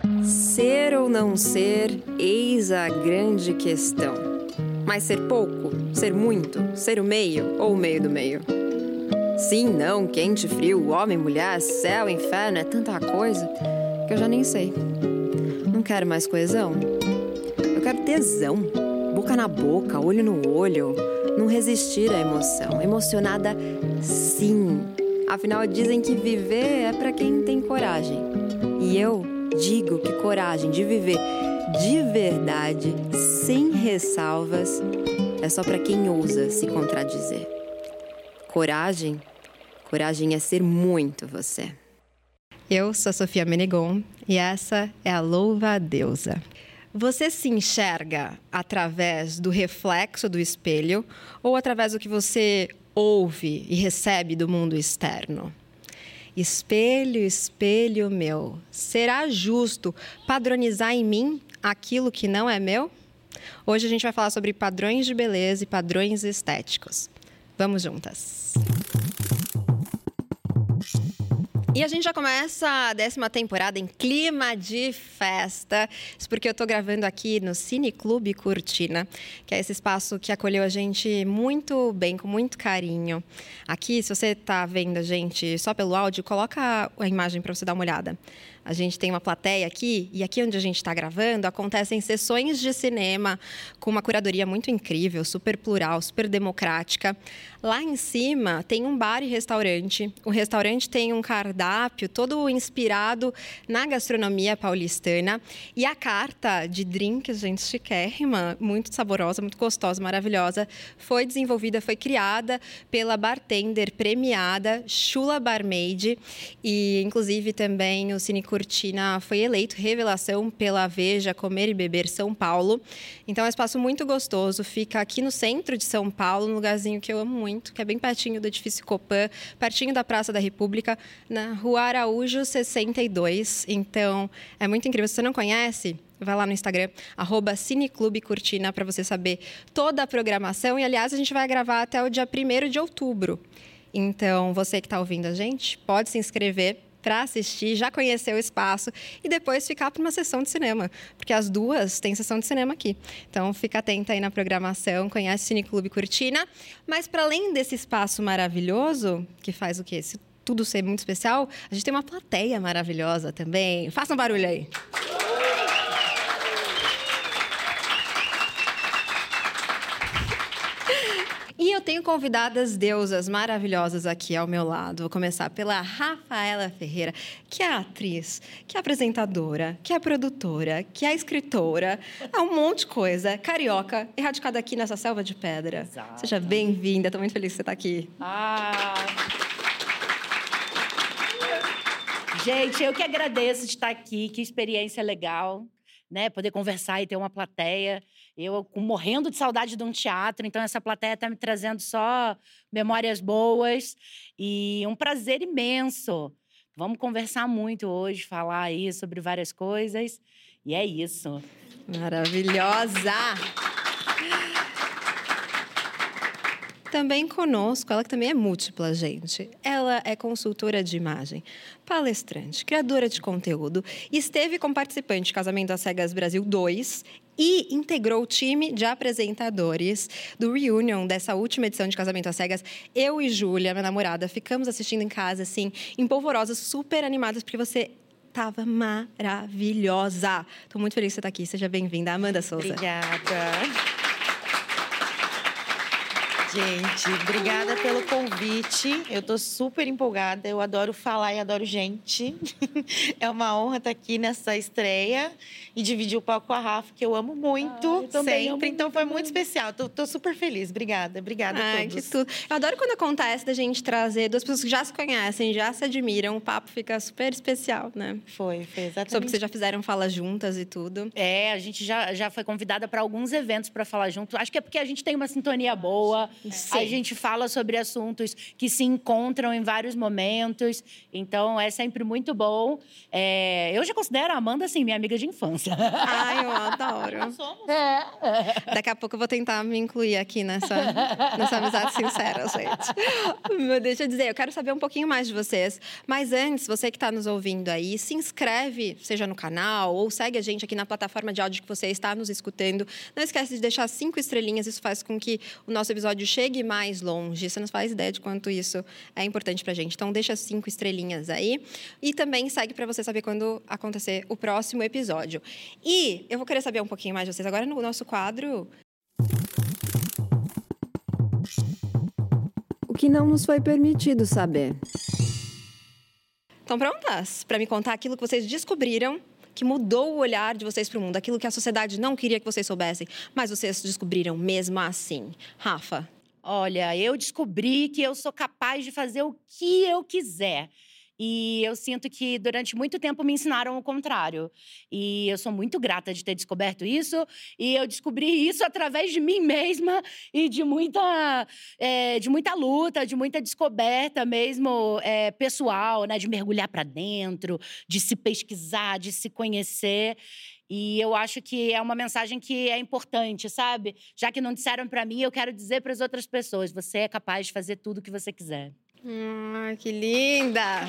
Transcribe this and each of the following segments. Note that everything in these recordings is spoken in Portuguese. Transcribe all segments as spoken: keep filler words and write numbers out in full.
Ser ou não ser, eis a grande questão. Mas ser pouco, ser muito, ser o meio ou o meio do meio? Sim, não, quente, frio, homem, mulher, céu, inferno, é tanta coisa que eu já nem sei. Não quero mais coesão. Eu quero tesão, boca na boca, olho no olho, não resistir à emoção. Emocionada, sim. Afinal, dizem que viver é pra quem tem coragem. E eu digo que coragem de viver de verdade, sem ressalvas, é só pra quem ousa se contradizer. Coragem, coragem é ser muito você. Eu sou a Sofia Menegon e essa é a Louva a Deusa. Você se enxerga através do reflexo do espelho ou através do que você ouve e recebe do mundo externo? Espelho, espelho meu, será justo padronizar em mim aquilo que não é meu? Hoje a gente vai falar sobre padrões de beleza e padrões estéticos. Vamos juntas! E a gente já começa a décima temporada em clima de festa. Isso porque eu tô gravando aqui no Cine Clube Cortina, que é esse espaço que acolheu a gente muito bem, com muito carinho. Aqui, se você tá vendo a gente só pelo áudio, coloca a imagem para você dar uma olhada. A gente tem uma plateia aqui, e aqui onde a gente está gravando, acontecem sessões de cinema com uma curadoria muito incrível, super plural, super democrática. Lá em cima tem um bar e restaurante. O restaurante tem um cardápio todo inspirado na gastronomia paulistana. E a carta de drinks, gente, chiquérrima, muito saborosa, muito gostosa, maravilhosa, foi desenvolvida, foi criada pela bartender premiada Chula Barmaid. E, inclusive, também o Cine Cortina foi eleito revelação pela Veja Comer e Beber São Paulo. Então, é um espaço muito gostoso. Fica aqui no centro de São Paulo, num lugarzinho que eu amo muito, que é bem pertinho do edifício Copan, pertinho da Praça da República, na Rua Araújo sessenta e dois. Então, é muito incrível. Se você não conhece, vai lá no Instagram, arroba Cineclube Cortina, para você saber toda a programação. E, aliás, a gente vai gravar até o dia primeiro de outubro. Então, você que está ouvindo a gente, pode se inscrever para assistir, já conhecer o espaço e depois ficar para uma sessão de cinema, porque as duas têm sessão de cinema aqui. Então, fica atenta aí na programação, conhece o Cineclube Cortina. Mas, para além desse espaço maravilhoso, que faz o quê? Se tudo ser muito especial, a gente tem uma plateia maravilhosa também. Faça um barulho aí. E eu tenho convidadas deusas maravilhosas aqui ao meu lado. Vou começar pela Rafaela Ferreira, que é atriz, que é apresentadora, que é produtora, que é escritora, é um monte de coisa, carioca, e radicada aqui nessa selva de pedra. Exato. Seja bem-vinda, estou muito feliz que você está aqui. Ah... Gente, eu que agradeço de estar aqui, que experiência legal, né? Poder conversar e ter uma plateia. Eu morrendo de saudade de um teatro, então essa plateia está me trazendo só memórias boas e um prazer imenso. Vamos conversar muito hoje, falar aí sobre várias coisas e é isso. Maravilhosa! Também conosco, ela que também é múltipla, gente. Ela é consultora de imagem, palestrante, criadora de conteúdo, esteve como participante de Casamento às Cegas Brasil dois e integrou o time de apresentadores do Reunion dessa última edição de Casamento às Cegas. Eu e Júlia, minha namorada, ficamos assistindo em casa, assim, empolvorosas, super animadas, porque você estava maravilhosa. Estou muito feliz que você está aqui. Seja bem-vinda, Amanda Souza. Obrigada. Gente, obrigada pelo convite. Eu tô super empolgada. Eu adoro falar e adoro gente. É uma honra estar aqui nessa estreia e dividir o palco com a Rafa, que eu amo muito, ah, eu sempre. Amo então foi muito, muito especial. Tô, tô super feliz. Obrigada. Obrigada Ai, a todos. Que tudo. Eu adoro quando acontece da gente trazer duas pessoas que já se conhecem, já se admiram. O papo fica super especial, né? Foi, foi exatamente. Sobre que vocês já fizeram fala juntas e tudo. É, a gente já, já foi convidada para alguns eventos para falar junto. Acho que é porque a gente tem uma sintonia boa. Sim. A gente fala sobre assuntos que se encontram em vários momentos. Então, é sempre muito bom. É, eu já considero a Amanda, assim, minha amiga de infância. Ai, eu adoro. Nós somos. É. Daqui a pouco eu vou tentar me incluir aqui nessa, nessa amizade sincera, gente. Mas deixa eu dizer, eu quero saber um pouquinho mais de vocês. Mas antes, você que está nos ouvindo aí, se inscreve, seja no canal ou segue a gente aqui na plataforma de áudio que você está nos escutando. Não esquece de deixar cinco estrelinhas, isso faz com que o nosso episódio chegue mais longe. Você não faz ideia de quanto isso é importante pra gente. Então, deixa cinco estrelinhas aí. E também segue para você saber quando acontecer o próximo episódio. E eu vou querer saber um pouquinho mais de vocês agora no nosso quadro. O que não nos foi permitido saber. Estão prontas para me contar aquilo que vocês descobriram que mudou o olhar de vocês para o mundo, aquilo que a sociedade não queria que vocês soubessem, mas vocês descobriram mesmo assim? Rafa? Olha, eu descobri que eu sou capaz de fazer o que eu quiser. E eu sinto que durante muito tempo me ensinaram o contrário. E eu sou muito grata de ter descoberto isso. E eu descobri isso através de mim mesma e de muita, é, de muita luta, de muita descoberta mesmo é, pessoal, né? De mergulhar para dentro, de se pesquisar, de se conhecer. E eu acho que é uma mensagem que é importante, sabe? Já que não disseram para mim, eu quero dizer para as outras pessoas: você é capaz de fazer tudo o que você quiser. Hum, que linda!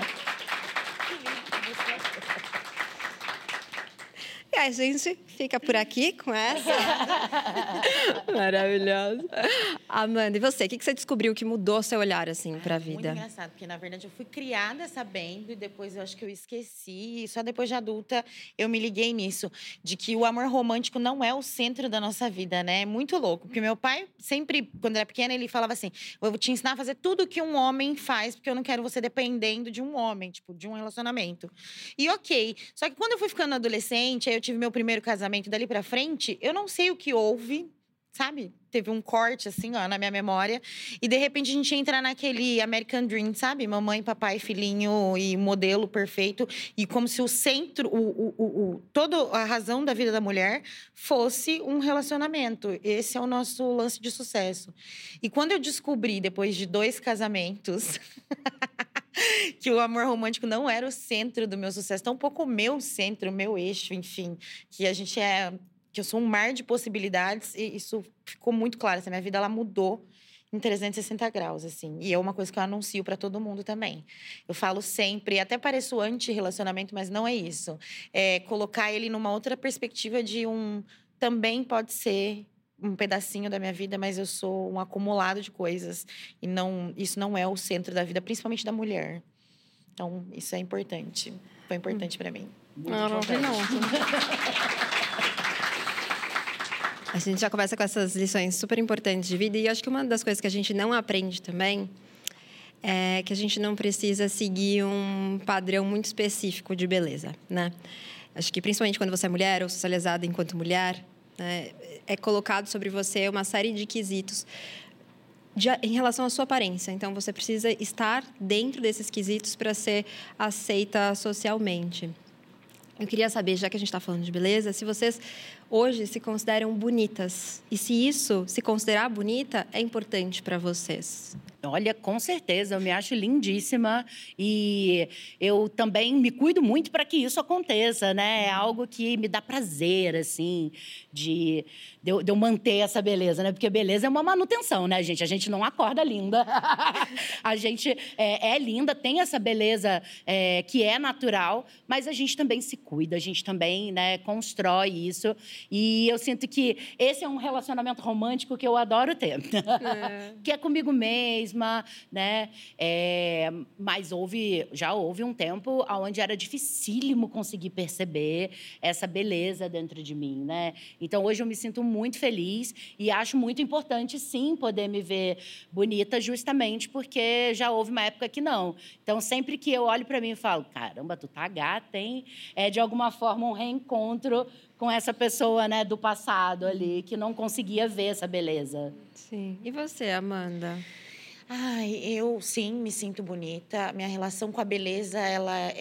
E a gente fica por aqui com essa. Maravilhosa. Amanda, e você? O que você descobriu que mudou seu olhar, assim, pra vida? Muito engraçado, porque, na verdade, eu fui criada sabendo e depois eu acho que eu esqueci. E só depois de adulta eu me liguei nisso. De que o amor romântico não é o centro da nossa vida, né? É muito louco. Porque meu pai sempre, quando era pequena, ele falava assim: eu vou te ensinar a fazer tudo que um homem faz, porque eu não quero você dependendo de um homem, tipo, de um relacionamento. E ok. Só que quando eu fui ficando adolescente, aí eu tive meu primeiro casamento, dali pra frente, eu não sei o que houve, sabe? Teve um corte, assim, ó, na minha memória. E, de repente, a gente entra naquele American Dream, sabe? Mamãe, papai, filhinho e modelo perfeito. E como se o centro, o, o, o, toda a razão da vida da mulher fosse um relacionamento. Esse é o nosso lance de sucesso. E quando eu descobri, depois de dois casamentos... que o amor romântico não era o centro do meu sucesso, tampouco o meu centro, o meu eixo, enfim. Que a gente é... que eu sou um mar de possibilidades e isso ficou muito claro. Essa minha vida, ela mudou em trezentos e sessenta graus, assim. E é uma coisa que eu anuncio para todo mundo também. Eu falo sempre, até pareço anti-relacionamento, mas não é isso. É colocar ele numa outra perspectiva de um... também pode ser um pedacinho da minha vida, mas eu sou um acumulado de coisas. E não, isso não é o centro da vida, principalmente da mulher. Então, isso é importante. Foi importante para mim. Maravilhoso. A gente já começa com essas lições super importantes de vida. E eu acho que uma das coisas que a gente não aprende também é que a gente não precisa seguir um padrão muito específico de beleza, né? Acho que principalmente quando você é mulher ou socializada enquanto mulher, né, é colocado sobre você uma série de quesitos de, em relação à sua aparência. Então, você precisa estar dentro desses quesitos para ser aceita socialmente. Eu queria saber, já que a gente está falando de beleza, se vocês hoje se consideram bonitas. E se isso, se considerar bonita, é importante para vocês. Olha, com certeza, eu me acho lindíssima e eu também me cuido muito para que isso aconteça, né? É algo que me dá prazer, assim, de, de, eu, de eu manter essa beleza, né? Porque beleza é uma manutenção, né, gente? A gente não acorda linda. A gente é, é linda, tem essa beleza é, que é natural, mas a gente também se cuida, a gente também, né, constrói isso. E eu sinto que esse é um relacionamento romântico que eu adoro ter. É. Que é comigo mesma. Né? É, mas houve, já houve um tempo onde era dificílimo conseguir perceber essa beleza dentro de mim, né? Então, hoje eu me sinto muito feliz e acho muito importante, sim, poder me ver bonita, justamente porque já houve uma época que não. Então, sempre que eu olho para mim e falo, caramba, tu tá gata, hein? É, de alguma forma, um reencontro com essa pessoa, né, do passado ali, que não conseguia ver essa beleza. Sim. E você, Amanda? Ai, eu sim me sinto bonita. Minha relação com a beleza, ela é,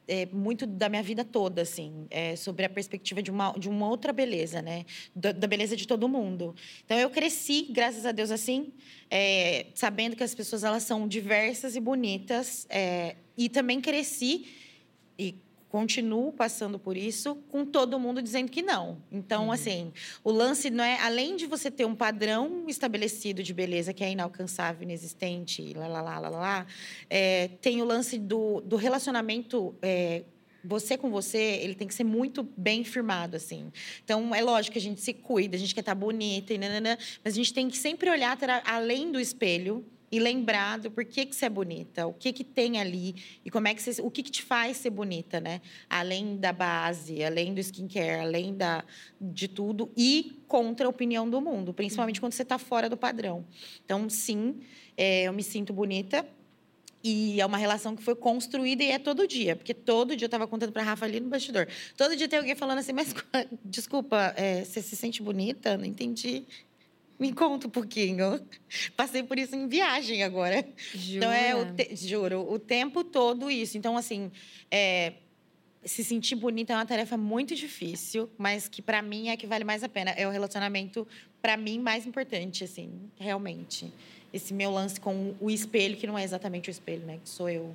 é, muito da minha vida toda, assim, é, sobre a perspectiva de uma, de uma outra beleza, né? Da, da beleza de todo mundo. Então, eu cresci, graças a Deus, assim, é, sabendo que as pessoas, elas são diversas e bonitas. É, e também cresci e continuo passando por isso, com todo mundo dizendo que não. Então, uhum. assim, o lance não é... Além de você ter um padrão estabelecido de beleza que é inalcançável, inexistente, lá, lá, lá, lá, lá, é, tem o lance do, do relacionamento... É, você com você, ele tem que ser muito bem firmado, assim. Então, é lógico que a gente se cuida, a gente quer estar bonita, e nananã, mas a gente tem que sempre olhar além do espelho e lembrar do porquê que você é bonita, o que que tem ali e como é que você, o que que te faz ser bonita, né? Além da base, além do skincare, além da, de tudo e contra a opinião do mundo, principalmente uhum. quando você está fora do padrão. Então, sim, é, eu me sinto bonita. E é uma relação que foi construída e é todo dia. Porque todo dia eu estava contando para a Rafa ali no bastidor. Todo dia tem alguém falando assim, mas desculpa, é, você se sente bonita? Não entendi. Me conta um pouquinho. Passei por isso em viagem agora. Jura? Então, é, o te... juro, o tempo todo isso. Então, assim, é... se sentir bonita é uma tarefa muito difícil, mas que, para mim, é a que vale mais a pena. É o relacionamento, para mim, mais importante, assim, realmente. Esse meu lance com o espelho, que não é exatamente o espelho, né? Que sou eu.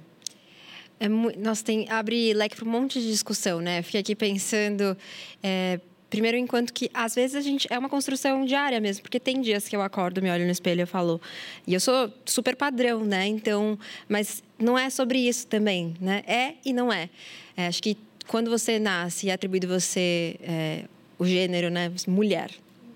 É muito... Nossa, tem... abre leque para um monte de discussão, né? Fiquei aqui pensando... É... Primeiro, enquanto que, às vezes, a gente é uma construção diária mesmo. Porque tem dias que eu acordo, me olho no espelho e eu falo... E eu sou super padrão, né? Então... Mas não é sobre isso também, né? É e não é. é acho que quando você nasce e é atribuído você é, o gênero, né? Mulher.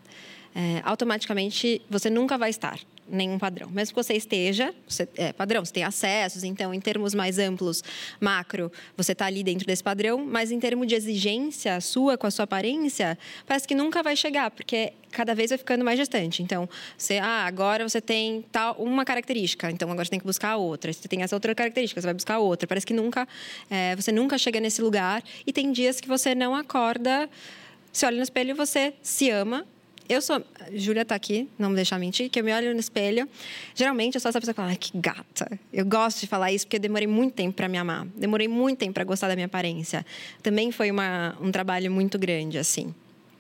É, automaticamente, você nunca vai estar nenhum padrão. Mesmo que você esteja, você é padrão, você tem acessos, então, em termos mais amplos, macro, você está ali dentro desse padrão, mas em termos de exigência sua com a sua aparência, parece que nunca vai chegar, porque cada vez vai ficando mais distante. Então, você, ah, agora você tem tal, uma característica, então agora você tem que buscar outra. Você tem essa outra característica, você vai buscar outra. Parece que nunca, é, você nunca chega nesse lugar e tem dias que você não acorda, você olha no espelho e você se ama. Eu sou... Júlia tá aqui, não me deixar mentir, que eu me olho no espelho. Geralmente, eu sou essa pessoa que fala, ai, que gata. Eu gosto de falar isso, porque eu demorei muito tempo para me amar. Demorei muito tempo para gostar da minha aparência. Também foi uma, um trabalho muito grande, assim.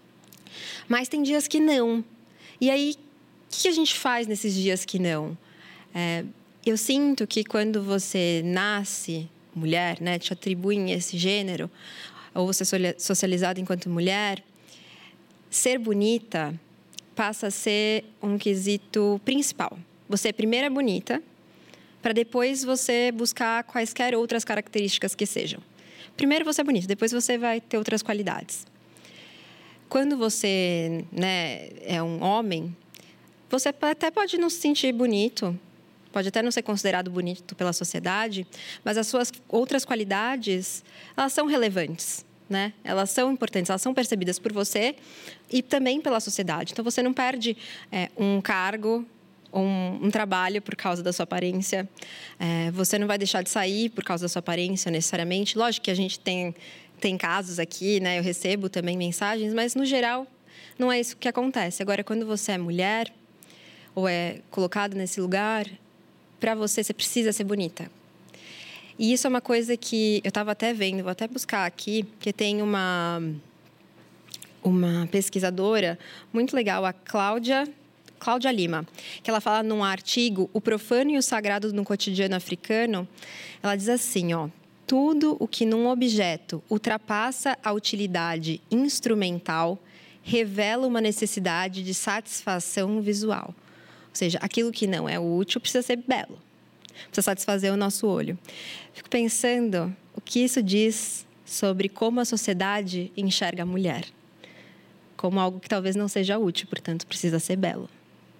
Mas tem dias que não. E aí, o que a gente faz nesses dias que não? É, eu sinto que quando você nasce mulher, né, te atribuem esse gênero, ou você é socializada enquanto mulher... Ser bonita passa a ser um quesito principal. Você primeiro é bonita, para depois você buscar quaisquer outras características que sejam. Primeiro você é bonita, depois você vai ter outras qualidades. Quando você, né, é um homem, você até pode não se sentir bonito, pode até não ser considerado bonito pela sociedade, mas as suas outras qualidades, elas são relevantes. Né? Elas são importantes, elas são percebidas por você e também pela sociedade. Então, você não perde é, um cargo ou um, um trabalho por causa da sua aparência. É, você não vai deixar de sair por causa da sua aparência, necessariamente. Lógico que a gente tem, tem casos aqui, né? Eu recebo também mensagens, mas, no geral, não é isso que acontece. Agora, quando você é mulher ou é colocada nesse lugar, para você, você precisa ser bonita. E isso é uma coisa que eu estava até vendo, vou até buscar aqui, que tem uma, uma pesquisadora muito legal, a Cláudia, Cláudia Lima, que ela fala num artigo, O Profano e o Sagrado no Cotidiano Africano. Ela diz assim, ó, tudo o que num objeto ultrapassa a utilidade instrumental revela uma necessidade de satisfação visual. Ou seja, aquilo que não é útil precisa ser belo. Precisa satisfazer o nosso olho. Fico pensando o que isso diz sobre como a sociedade enxerga a mulher. Como algo que talvez não seja útil, portanto, precisa ser belo.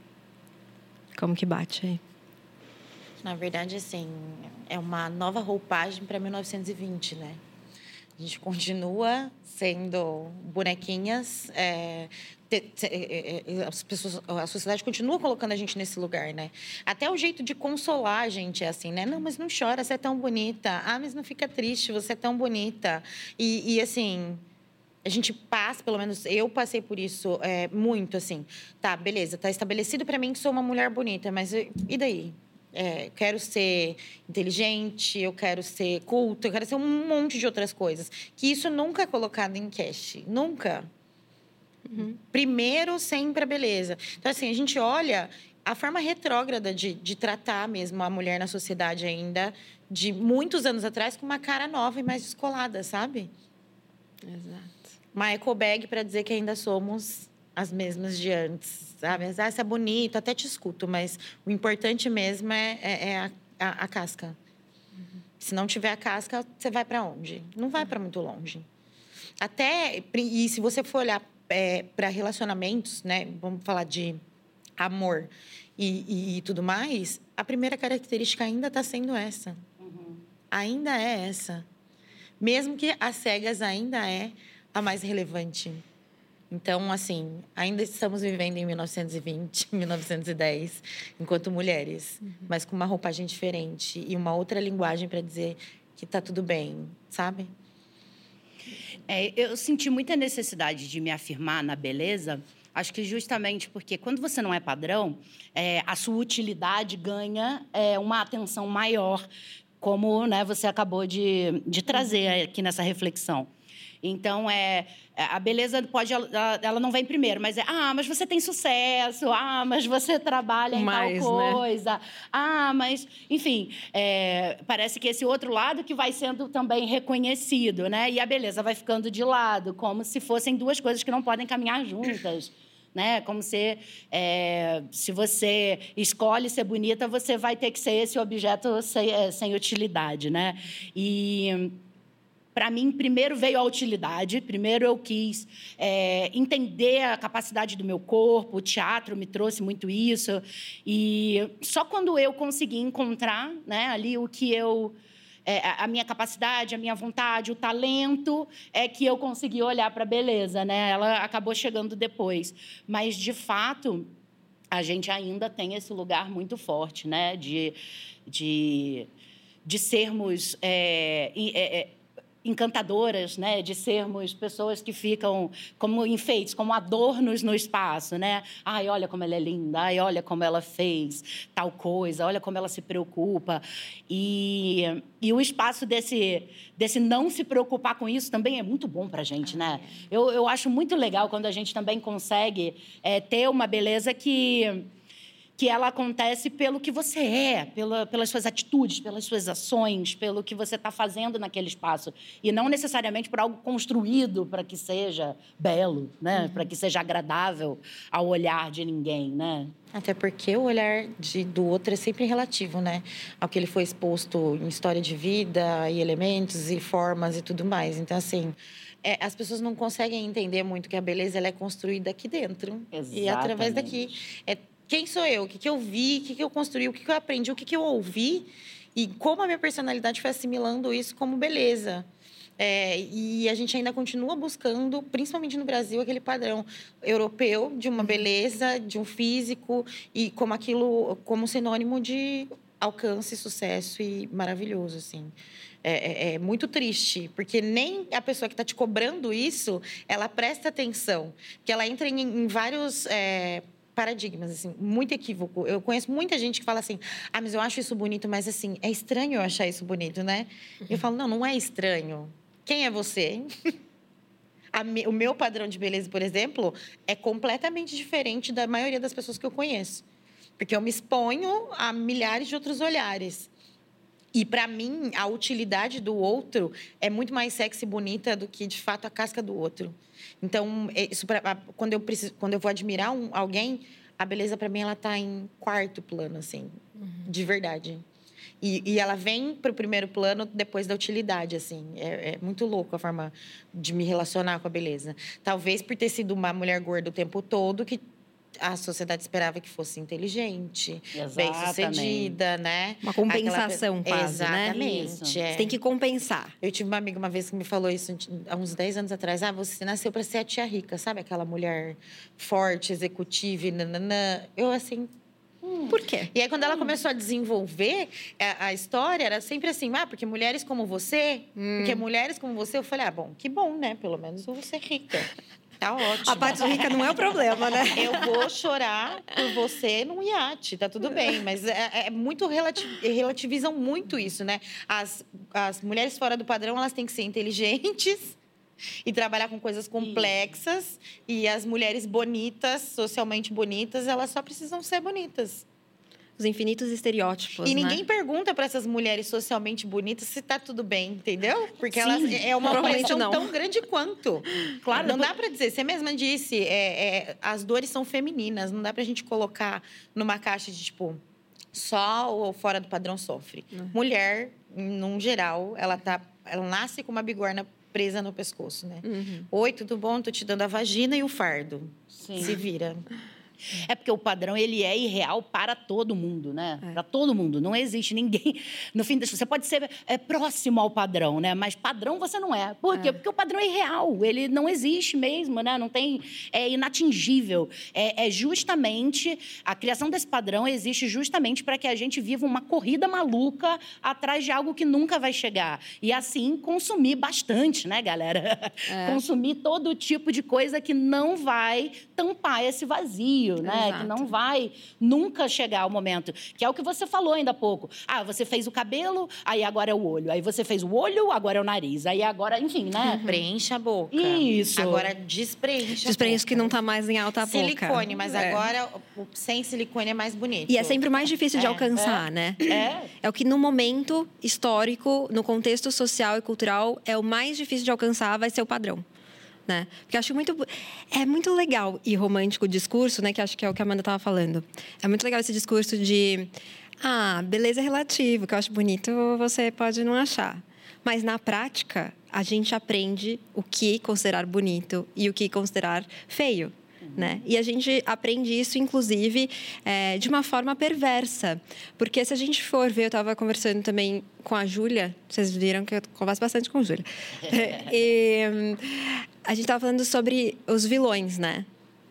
Como que bate aí? Na verdade, assim, é uma nova roupagem para mil novecentos e vinte, né? A gente continua sendo bonequinhas, é, te, te, é, as pessoas, a sociedade continua colocando a gente nesse lugar, né? Até o jeito de consolar a gente é assim, né? Não, mas não chora, você é tão bonita. Ah, mas não fica triste, você é tão bonita. E, e assim, a gente passa, pelo menos eu passei por isso é, muito, assim. Tá, beleza, tá estabelecido para mim que sou uma mulher bonita, mas e daí? É, eu quero ser inteligente, eu quero ser culto, eu quero ser um monte de outras coisas. Que isso nunca é colocado em cash. Nunca. Uhum. Primeiro, sempre a beleza. Então, assim, a gente olha a forma retrógrada de, de tratar mesmo a mulher na sociedade ainda, de muitos anos atrás, com uma cara nova e mais descolada, sabe? Exato. Uma eco bag para dizer que ainda somos as mesmas de antes, sabe? Ah, isso é bonito, até te escuto, mas o importante mesmo é, é, é a, a, a casca. Uhum. Se não tiver a casca, você vai para onde? Não vai para muito longe. Até, e se você for olhar é, para relacionamentos, né? Vamos falar de amor e, e, e tudo mais, a primeira característica ainda está sendo essa. Uhum. Ainda é essa. Mesmo que às cegas ainda é a mais relevante. Então, assim, ainda estamos vivendo em mil novecentos e vinte, mil novecentos e dez, enquanto mulheres, uhum. mas com uma roupagem diferente e uma outra linguagem para dizer que está tudo bem, sabe? É, eu senti muita necessidade de me afirmar na beleza, acho que justamente porque quando você não é padrão, é, a sua utilidade ganha é, uma atenção maior, como, né, você acabou de, de trazer aqui nessa reflexão. Então, é, a beleza pode... Ela, ela não vem primeiro, mas é... Ah, mas você tem sucesso. Ah, mas você trabalha em mais, tal coisa. Né? Ah, mas... Enfim, é, parece que esse outro lado que vai sendo também reconhecido, né? E a beleza vai ficando de lado, como se fossem duas coisas que não podem caminhar juntas. Né? Como se, é, se você escolhe ser bonita, você vai ter que ser esse objeto sem, sem utilidade, né? E... Para mim, primeiro veio a utilidade, primeiro eu quis é, entender a capacidade do meu corpo, o teatro me trouxe muito isso, e só quando eu consegui encontrar, né, ali o que eu... É, a minha capacidade, a minha vontade, o talento, é que eu consegui olhar para a beleza, né? Ela acabou chegando depois. Mas, de fato, a gente ainda tem esse lugar muito forte, né? De, de, de sermos... É, é, encantadoras, né, de sermos pessoas que ficam como enfeites, como adornos no espaço, né? Ai, olha como ela é linda, ai, olha como ela fez tal coisa, olha como ela se preocupa. E, e o espaço desse, desse não se preocupar com isso também é muito bom para a gente, né? Eu, eu acho muito legal quando a gente também consegue é, ter uma beleza que... que ela acontece pelo que você é, pela, pelas suas atitudes, pelas suas ações, pelo que você está fazendo naquele espaço. E não necessariamente por algo construído para que seja belo, né? Uhum. Para que seja agradável ao olhar de ninguém, né? Até porque o olhar de, do outro é sempre relativo, né? Ao que ele foi exposto em história de vida, e elementos, e formas e tudo mais. Então, assim... É, as pessoas não conseguem entender muito que a beleza ela é construída aqui dentro. Exatamente. E através daqui. É, quem sou eu? O que, que eu vi? O que, que eu construí? O que, que eu aprendi? O que, que eu ouvi? E como a minha personalidade foi assimilando isso como beleza. É, e a gente ainda continua buscando, principalmente no Brasil, aquele padrão europeu de uma beleza, de um físico, e como aquilo, como sinônimo de alcance, sucesso e maravilhoso, assim. É, é, é muito triste, porque nem a pessoa que está te cobrando isso, ela presta atenção. Porque ela entra em, em vários... É, paradigmas, assim, muito equívoco. Eu conheço muita gente que fala assim, ah, mas eu acho isso bonito, mas, assim, é estranho eu achar isso bonito, né? Uhum. Eu falo, não, não é estranho. Quem é você? A me, o meu padrão de beleza, por exemplo, é completamente diferente da maioria das pessoas que eu conheço. Porque eu me exponho a milhares de outros olhares. E, para mim, a utilidade do outro é muito mais sexy e bonita do que, de fato, a casca do outro. Então, isso pra, quando, eu preciso, quando eu vou admirar um, alguém, a beleza, para mim, ela está em quarto plano, assim, uhum. de verdade. E, e ela vem para o primeiro plano depois da utilidade, assim. É, é muito louco a forma de me relacionar com a beleza. Talvez por ter sido uma mulher gorda o tempo todo, que a sociedade esperava que fosse inteligente, bem-sucedida, né? Uma compensação, Aquela... quase, Exatamente, né? É. Você tem que compensar. Eu tive uma amiga uma vez que me falou isso há uns dez anos atrás. Ah, você nasceu para ser a tia rica, sabe? Aquela mulher forte, executiva e nananã. Eu, assim... Hum. Por quê? E aí, quando ela começou a desenvolver a, a história, era sempre assim, ah, porque mulheres como você... Hum. Porque mulheres como você... Eu falei, ah, bom, que bom, né? Pelo menos eu vou ser rica. Tá ótimo. A parte rica não é o problema, né? Eu vou chorar por você num iate, tá tudo bem. Mas é, é muito relati- relativizam muito isso, né? As, as mulheres fora do padrão, elas têm que ser inteligentes e trabalhar com coisas complexas. E as mulheres bonitas, socialmente bonitas, elas só precisam ser bonitas. Os infinitos estereótipos, E ninguém né? pergunta para essas mulheres socialmente bonitas se tá tudo bem, entendeu? Porque elas Sim, é uma provavelmente pressão não. tão grande quanto. Claro, Não depois- dá para dizer, você mesma disse, é, é, as dores são femininas, não dá pra gente colocar numa caixa de tipo só ou fora do padrão sofre. Uhum. Mulher, num geral, ela tá, ela nasce com uma bigorna presa no pescoço, né? Uhum. Oi, tudo bom? Tô te dando a vagina e o fardo. Sim. Se vira. É porque o padrão, ele é irreal para todo mundo, né? É. Para todo mundo. Não existe ninguém... No fim das... Você pode ser é, próximo ao padrão, né? Mas padrão você não é. Por quê? É. Porque o padrão é irreal. Ele não existe mesmo, né? Não tem... É inatingível. É, é justamente... A criação desse padrão existe justamente para que a gente viva uma corrida maluca atrás de algo que nunca vai chegar. E, assim, consumir bastante, né, galera? É. Consumir todo tipo de coisa que não vai tampar esse vazio, né? Exato. Que não vai nunca chegar o momento. Que é o que você falou ainda há pouco. Ah, você fez o cabelo, aí agora é o olho. Aí você fez o olho, agora é o nariz. Aí agora, enfim, né? Preenche a boca. Isso. Agora despreenche a Despreenche boca. que não tá mais em alta boca. Silicone, mas É. agora o sem silicone é mais bonito. E é sempre o mais difícil de É, alcançar, né? É. É o que, no momento histórico, no contexto social e cultural, é o mais difícil de alcançar, vai ser o padrão. Né? Porque eu acho muito... É muito legal e romântico o discurso, né? Que acho que é o que a Amanda estava falando. É muito legal esse discurso de... Ah, beleza é relativo, que eu acho bonito, você pode não achar. Mas, na prática, a gente aprende o que considerar bonito e o que considerar feio. Né? E a gente aprende isso, inclusive, é, de uma forma perversa. Porque se a gente for ver, eu estava conversando também com a Júlia, vocês viram que eu converso bastante com a Júlia. E hum, a gente estava falando sobre os vilões, né?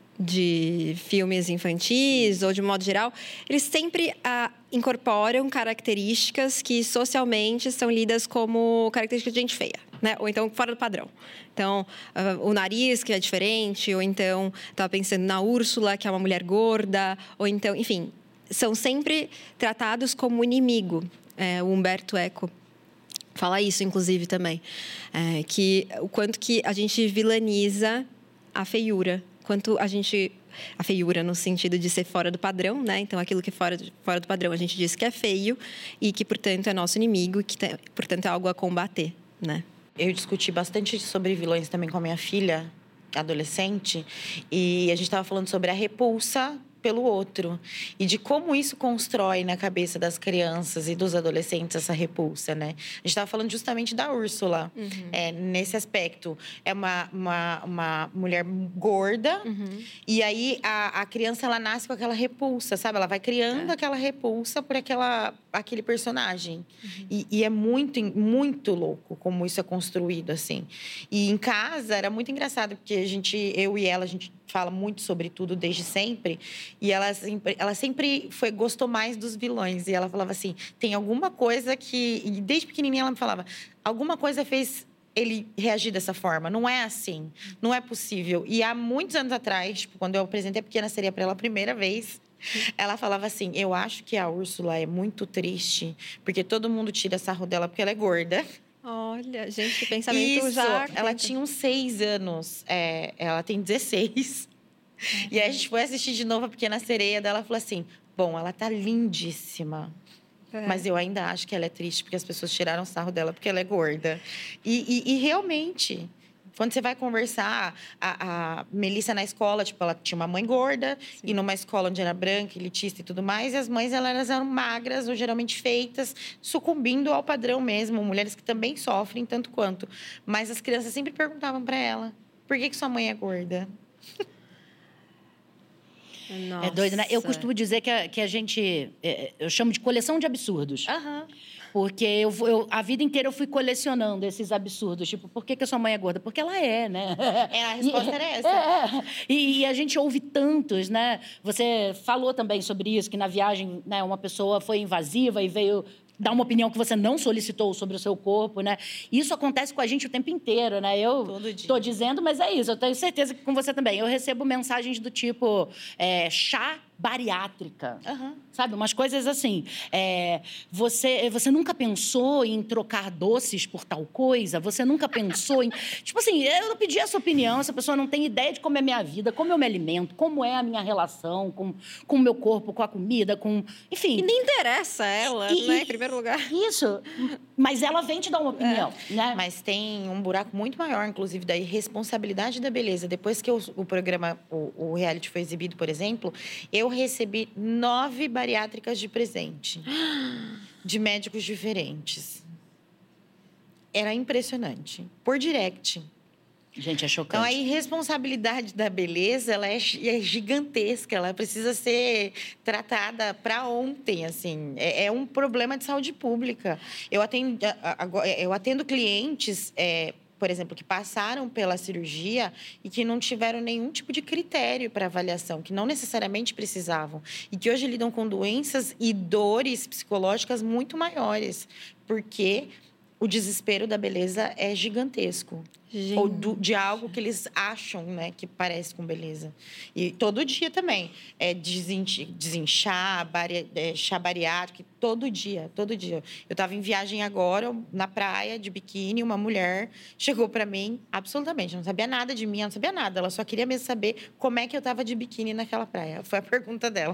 De filmes infantis ou de modo geral, eles sempre ah, incorporam características que socialmente são lidas como características de gente feia, né? Ou então fora do padrão. Então, uh, o nariz, que é diferente, ou então, estava pensando na Úrsula, que é uma mulher gorda, ou então, enfim, são sempre tratados como inimigo. É, o Humberto Eco fala isso, inclusive, também. É, que o quanto que a gente vilaniza a feiura, quanto a gente... A feiura no sentido de ser fora do padrão, né? Então, aquilo que é fora, fora do padrão, a gente diz que é feio e que, portanto, é nosso inimigo e que, portanto, é algo a combater, né? Eu discuti bastante sobre vilões também com a minha filha, adolescente, e a gente estava falando sobre a repulsa pelo outro e de como isso constrói na cabeça das crianças e dos adolescentes essa repulsa, né? A gente estava falando justamente da Úrsula, Uhum. é, nesse aspecto. É uma, uma, uma mulher gorda Uhum. e aí a, a criança, ela nasce com aquela repulsa, sabe? Ela vai criando É. aquela repulsa por aquela, aquele personagem. Uhum. E, e é muito, muito louco como isso é construído, assim. E em casa era muito engraçado, porque a gente, eu e ela, a gente fala muito sobre tudo desde sempre. E ela sempre, ela sempre foi, gostou mais dos vilões. E ela falava assim, tem alguma coisa que... E desde pequenininha ela me falava, alguma coisa fez ele reagir dessa forma. Não é assim. Não é possível. E há muitos anos atrás, tipo, quando eu apresentei a Pequena Sereia para ela a primeira vez, ela falava assim, eu acho que a Úrsula é muito triste, porque todo mundo tira sarro dela porque ela é gorda. Olha, gente, que pensamento Isso, já... ela tinha uns seis anos, é, ela tem dezesseis. Uhum. E aí a gente foi assistir de novo a Pequena Sereia dela, falou assim, bom, ela tá lindíssima, É. mas eu ainda acho que ela é triste porque as pessoas tiraram sarro dela porque ela é gorda. E, e, e realmente, quando você vai conversar, a, a Melissa na escola, tipo, ela tinha uma mãe gorda, sim, e numa escola onde era branca, elitista e tudo mais, e as mães, elas eram magras ou geralmente feitas, sucumbindo ao padrão mesmo, mulheres que também sofrem tanto quanto. Mas as crianças sempre perguntavam para ela, por que que sua mãe é gorda? Nossa. É doido, né? Eu costumo dizer que a, que a gente... É, eu chamo de coleção de absurdos. Aham. Porque eu, eu, a vida inteira eu fui colecionando esses absurdos. Tipo, por que, que a sua mãe é gorda? Porque ela é, né? É, a resposta e, era essa. É, e, e a gente ouve tantos, né? Você falou também sobre isso, que na viagem, né, uma pessoa foi invasiva e veio dar uma opinião que você não solicitou sobre o seu corpo, né? Isso acontece com a gente o tempo inteiro, né? Eu estou dizendo, mas é isso. Eu tenho certeza que com você também. Eu recebo mensagens do tipo é, chá bariátrica, uhum. sabe? Umas coisas assim. É, você, você nunca pensou em trocar doces por tal coisa? Você nunca pensou em... Tipo assim, eu não pedi essa opinião, essa pessoa não tem ideia de como é a minha vida, como eu me alimento, como é a minha relação com, com o meu corpo, com a comida, com... Enfim... E nem interessa ela, e, né? Em primeiro lugar. Isso. Mas ela vem te dar uma opinião, é. né? Mas tem um buraco muito maior, inclusive, da irresponsabilidade da beleza. Depois que o, o programa, o, o reality foi exibido, por exemplo, eu Eu recebi nove bariátricas de presente, de médicos diferentes. Era impressionante. Por direct. Gente, é chocante. Então, a irresponsabilidade da beleza, ela é, é gigantesca. Ela precisa ser tratada para ontem, assim. É, é um problema de saúde pública. Eu atendo, eu atendo clientes... É, por exemplo, que passaram pela cirurgia e que não tiveram nenhum tipo de critério para avaliação, que não necessariamente precisavam. E que hoje lidam com doenças e dores psicológicas muito maiores, porque o desespero da beleza é gigantesco. Gente. Ou do, de algo que eles acham, né, que parece com beleza. E todo dia também. É desinchar, bari, é, chá bariátrico, todo dia, todo dia. Eu estava em viagem agora, na praia, de biquíni, uma mulher chegou para mim, absolutamente, não sabia nada de mim, não sabia nada. Ela só queria mesmo saber como é que eu estava de biquíni naquela praia. Foi a pergunta dela.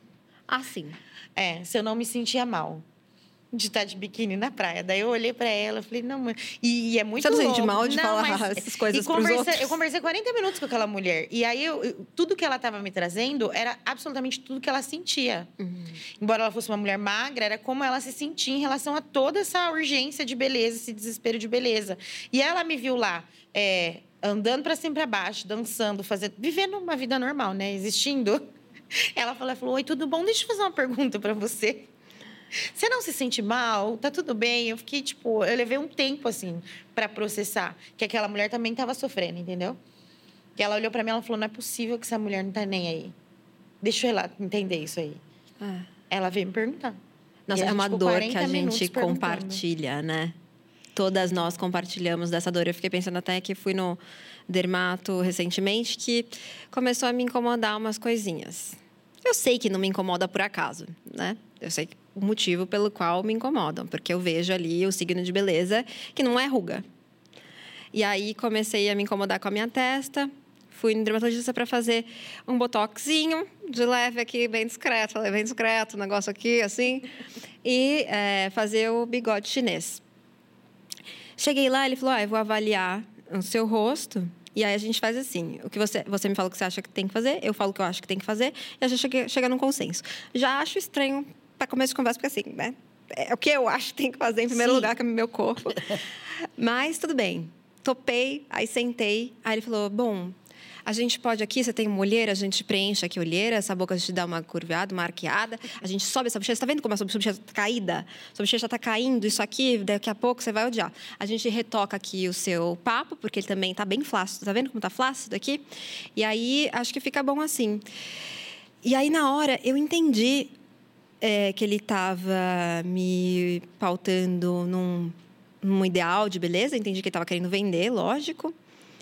Ah, sim. É, se eu não me sentia mal de estar de biquíni na praia. Daí eu olhei para ela e falei, não, mãe... E, e é muito Você não louco. sente mal de não, falar mas... essas coisas e pros conversa... outros? Eu conversei quarenta minutos com aquela mulher. E aí, eu... Eu... tudo que ela estava me trazendo era absolutamente tudo que ela sentia. Uhum. Embora ela fosse uma mulher magra, era como ela se sentia em relação a toda essa urgência de beleza, esse desespero de beleza. E ela me viu lá, é... andando para cima e para baixo, dançando, fazendo... vivendo uma vida normal, né? Existindo. Ela falou, ela falou, oi, tudo bom? Deixa eu fazer uma pergunta para você. Você não se sente mal? Tá tudo bem? Eu fiquei, tipo... Eu levei um tempo, assim, para processar. Que aquela mulher também estava sofrendo, entendeu? Que ela olhou para mim e falou, não é possível que essa mulher não tá nem aí. Deixa eu lá entender isso aí. Ah. Ela veio me perguntar. Nossa, é uma dor que a gente compartilha, né? Todas nós compartilhamos dessa dor. Eu fiquei pensando até que fui no dermato recentemente, que começou a me incomodar umas coisinhas. Eu sei que não me incomoda por acaso, né? Eu sei o motivo pelo qual me incomodam, porque eu vejo ali o signo de beleza, que não é ruga. E aí comecei a me incomodar com a minha testa, fui no dermatologista para fazer um botoxinho de leve aqui, bem discreto, falei, bem discreto, um negócio aqui, assim, e é, fazer o bigode chinês. Cheguei lá, ele falou, ah, eu vou avaliar o seu rosto. E aí a gente faz assim, o que você, você me fala o que você acha que tem que fazer, eu falo o que eu acho que tem que fazer, e a gente chega, chega num consenso. Já acho estranho para começo de conversa, porque assim, né? É o que eu acho que tem que fazer em primeiro Sim. lugar, que é o meu corpo. Mas tudo bem. Topei, aí sentei, aí ele falou, bom, a gente pode aqui, você tem uma olheira, a gente preenche aqui a olheira, essa boca a gente dá uma curvada, uma arqueada, a gente sobe essa bochecha, você tá vendo como a sua bochecha tá caída? Sua bochecha tá caindo, isso aqui, daqui a pouco você vai odiar. A gente retoca aqui o seu papo, porque ele também tá bem flácido, tá vendo como tá flácido aqui? E aí, acho que fica bom assim. E aí, na hora, eu entendi é, que ele tava me pautando num, num ideal de beleza, entendi que ele tava querendo vender, lógico.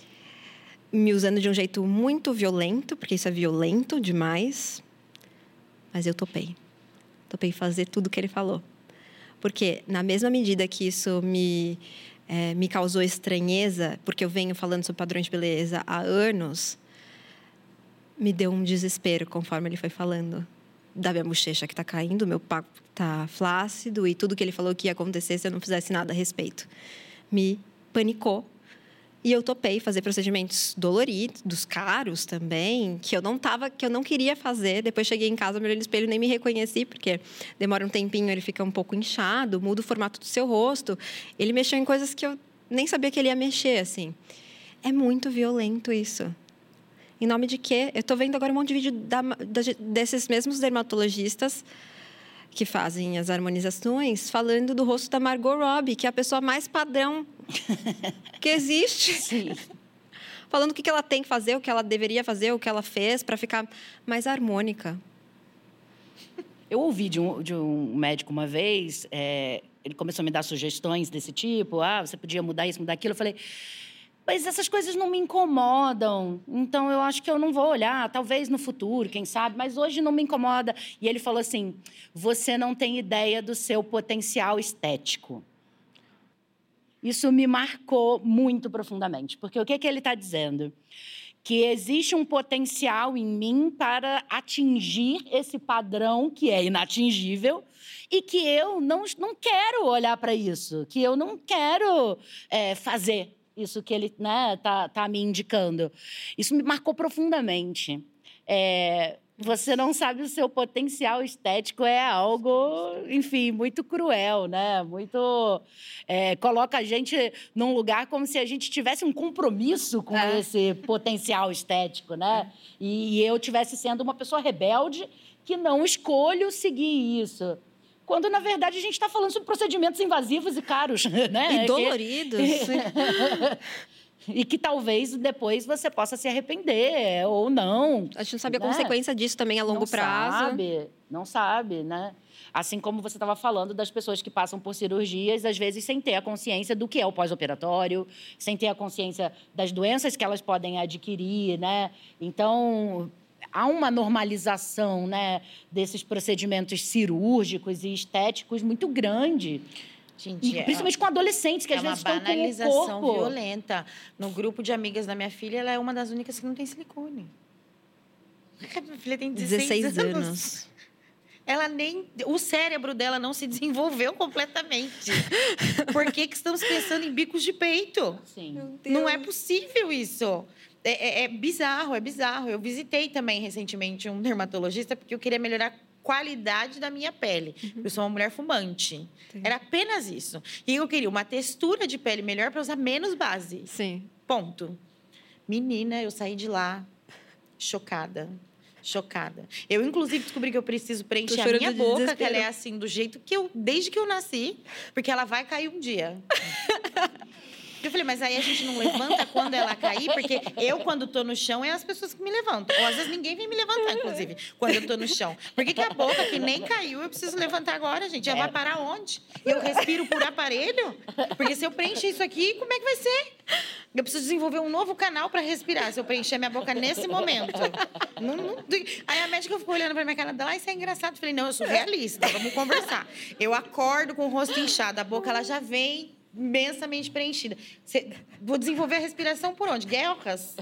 Me usando de um jeito muito violento, porque isso é violento demais. Mas eu topei. Topei fazer tudo o que ele falou. Porque, na mesma medida que isso me, é, me causou estranheza, porque eu venho falando sobre padrões de beleza há anos, me deu um desespero conforme ele foi falando. Da minha bochecha que está caindo, meu papo está flácido e tudo que ele falou que ia acontecer se eu não fizesse nada a respeito. Me panicou. E eu topei fazer procedimentos doloridos, caros também, que eu não tava, que eu não queria fazer. Depois cheguei em casa, me olhei no espelho e nem me reconheci, porque demora um tempinho, ele fica um pouco inchado, muda o formato do seu rosto. Ele mexeu em coisas que eu nem sabia que ele ia mexer, assim. É muito violento isso. Em nome de quê? Eu tô vendo agora um monte de vídeo da, da, desses mesmos dermatologistas que fazem as harmonizações, falando do rosto da Margot Robbie, que é a pessoa mais padrão que existe. Sim. Falando o que ela tem que fazer, o que ela deveria fazer, o que ela fez para ficar mais harmônica. Eu ouvi de um, de um médico uma vez, é, ele começou a me dar sugestões desse tipo. Ah, você podia mudar isso, mudar aquilo. Eu falei, mas essas coisas não me incomodam. Então, eu acho que eu não vou olhar. Talvez no futuro, quem sabe. Mas hoje não me incomoda. E ele falou assim, você não tem ideia do seu potencial estético. Isso me marcou muito profundamente. Porque o que, que ele está dizendo? Que existe um potencial em mim para atingir esse padrão que é inatingível e que eu não, não quero olhar para isso, que eu não quero é, fazer isso que ele, né, tá, tá me indicando. Isso me marcou profundamente. É, você não sabe o seu potencial estético, é algo, enfim, muito cruel, né? Muito... É, coloca a gente num lugar como se a gente tivesse um compromisso com é. esse potencial estético, né? E, e eu tivesse sendo uma pessoa rebelde que não escolho seguir isso. Quando, na verdade, a gente está falando sobre procedimentos invasivos e caros, né? E doloridos. E que talvez depois você possa se arrepender ou não. A gente não sabe a né? consequência disso também a longo não prazo. Não sabe, não sabe, né? Assim como você estava falando das pessoas que passam por cirurgias, às vezes sem ter a consciência do que é o pós-operatório, sem ter a consciência das doenças que elas podem adquirir, né? Então, há uma normalização, né, desses procedimentos cirúrgicos e estéticos muito grande. Gente, e, principalmente é, com adolescentes, que é às vezes estão com o corpo... É uma banalização violenta. No grupo de amigas da minha filha, ela é uma das únicas que não tem silicone. Minha filha tem dezesseis anos. Ela nem... O cérebro dela não se desenvolveu completamente. Por que que estamos pensando em bicos de peito? Sim. Não é possível isso. É, é, é bizarro, é bizarro. Eu visitei também recentemente um dermatologista porque eu queria melhorar qualidade da minha pele. Uhum. Eu sou uma mulher fumante. Sim. Era apenas isso. E eu queria uma textura de pele melhor para usar menos base. Sim. Ponto. Menina, eu saí de lá chocada. Chocada. Eu, inclusive, descobri que eu preciso preencher a minha boca, desespero. Que ela é assim, do jeito que eu... Desde que eu nasci, porque ela vai cair um dia. Eu falei, mas aí a gente não levanta quando ela cair, porque eu, quando tô no chão, é as pessoas que me levantam. Ou às vezes ninguém vem me levantar, inclusive, quando eu tô no chão. Por que que a boca, que nem caiu, eu preciso levantar agora, gente? Já é. vai parar onde? Eu respiro por aparelho? Porque se eu preencher isso aqui, como é que vai ser? Eu preciso desenvolver um novo canal para respirar, se eu preencher minha boca nesse momento. Não, não... Aí a médica ficou olhando pra minha cara dela, ah, isso é engraçado. Eu falei, não, eu sou realista, vamos conversar. Eu acordo com o rosto inchado, a boca ela já vem... imensamente preenchida. Cê, vou desenvolver a respiração por onde? Guerras?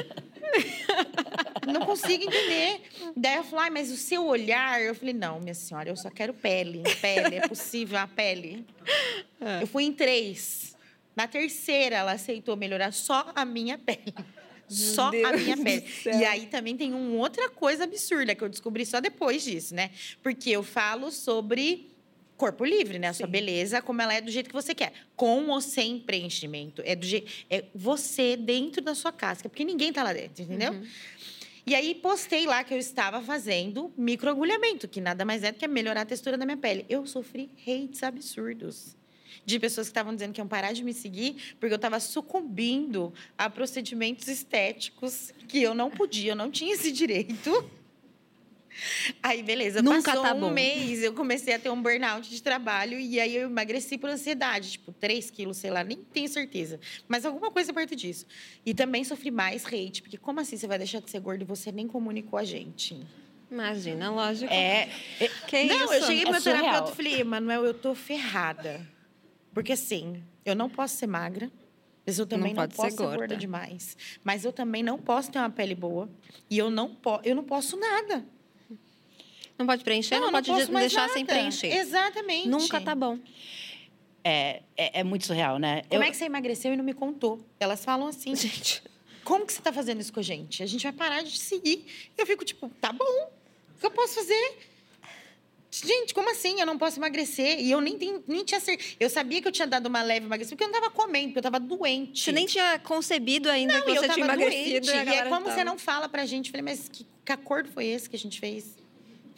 Não consigo entender. Daí eu falei, ah, mas o seu olhar... Eu falei, não, minha senhora, eu só quero pele. Pele, é possível a pele. É. Eu fui em três. Na terceira, ela aceitou melhorar só a minha pele. Meu só Deus a minha pele. E aí também tem uma outra coisa absurda que eu descobri só depois disso, né? Porque eu falo sobre... corpo livre, né? A sua Sim. beleza, como ela é do jeito que você quer. Com ou sem preenchimento. É, do je... é você dentro da sua casca. Porque ninguém tá lá dentro, entendeu? Uhum. E aí, postei lá que eu estava fazendo microagulhamento, que nada mais é do que melhorar a textura da minha pele. Eu sofri hates absurdos. De pessoas que estavam dizendo que iam parar de me seguir porque eu estava sucumbindo a procedimentos estéticos que eu não podia, eu não tinha esse direito. Aí, beleza, Nunca passou tá um bom. mês, eu comecei a ter um burnout de trabalho e aí eu emagreci por ansiedade, tipo, três quilos, sei lá, nem tenho certeza. Mas alguma coisa perto disso. E também sofri mais hate, porque como assim você vai deixar de ser gordo e você nem comunicou a gente? Imagina, lógico. É, que não, isso? eu cheguei pro é meu terapeuta e falei, Manuel, eu tô ferrada. Porque assim, eu não posso ser magra, mas eu também não, não posso ser gorda. ser gorda demais. Mas eu também não posso ter uma pele boa e eu não, po eu não posso nada. Não pode preencher, não, não, não pode deixar nada. Sem preencher. Exatamente. Nunca tá bom. É, é, é muito surreal, né? Como eu... é que você emagreceu e não me contou? Elas falam assim, gente, como que você tá fazendo isso com a gente? A gente vai parar de te seguir. Eu fico tipo, tá bom, o que eu posso fazer? Gente, como assim? Eu não posso emagrecer. E eu nem, tem, nem tinha certeza. Eu sabia que eu tinha dado uma leve emagrecimento, porque eu não estava comendo, porque eu estava doente. Você nem tinha concebido ainda não, que você tinha emagrecido. Doente. E, e é como tava... você não fala pra gente. Eu falei, mas que, que acordo foi esse que a gente fez?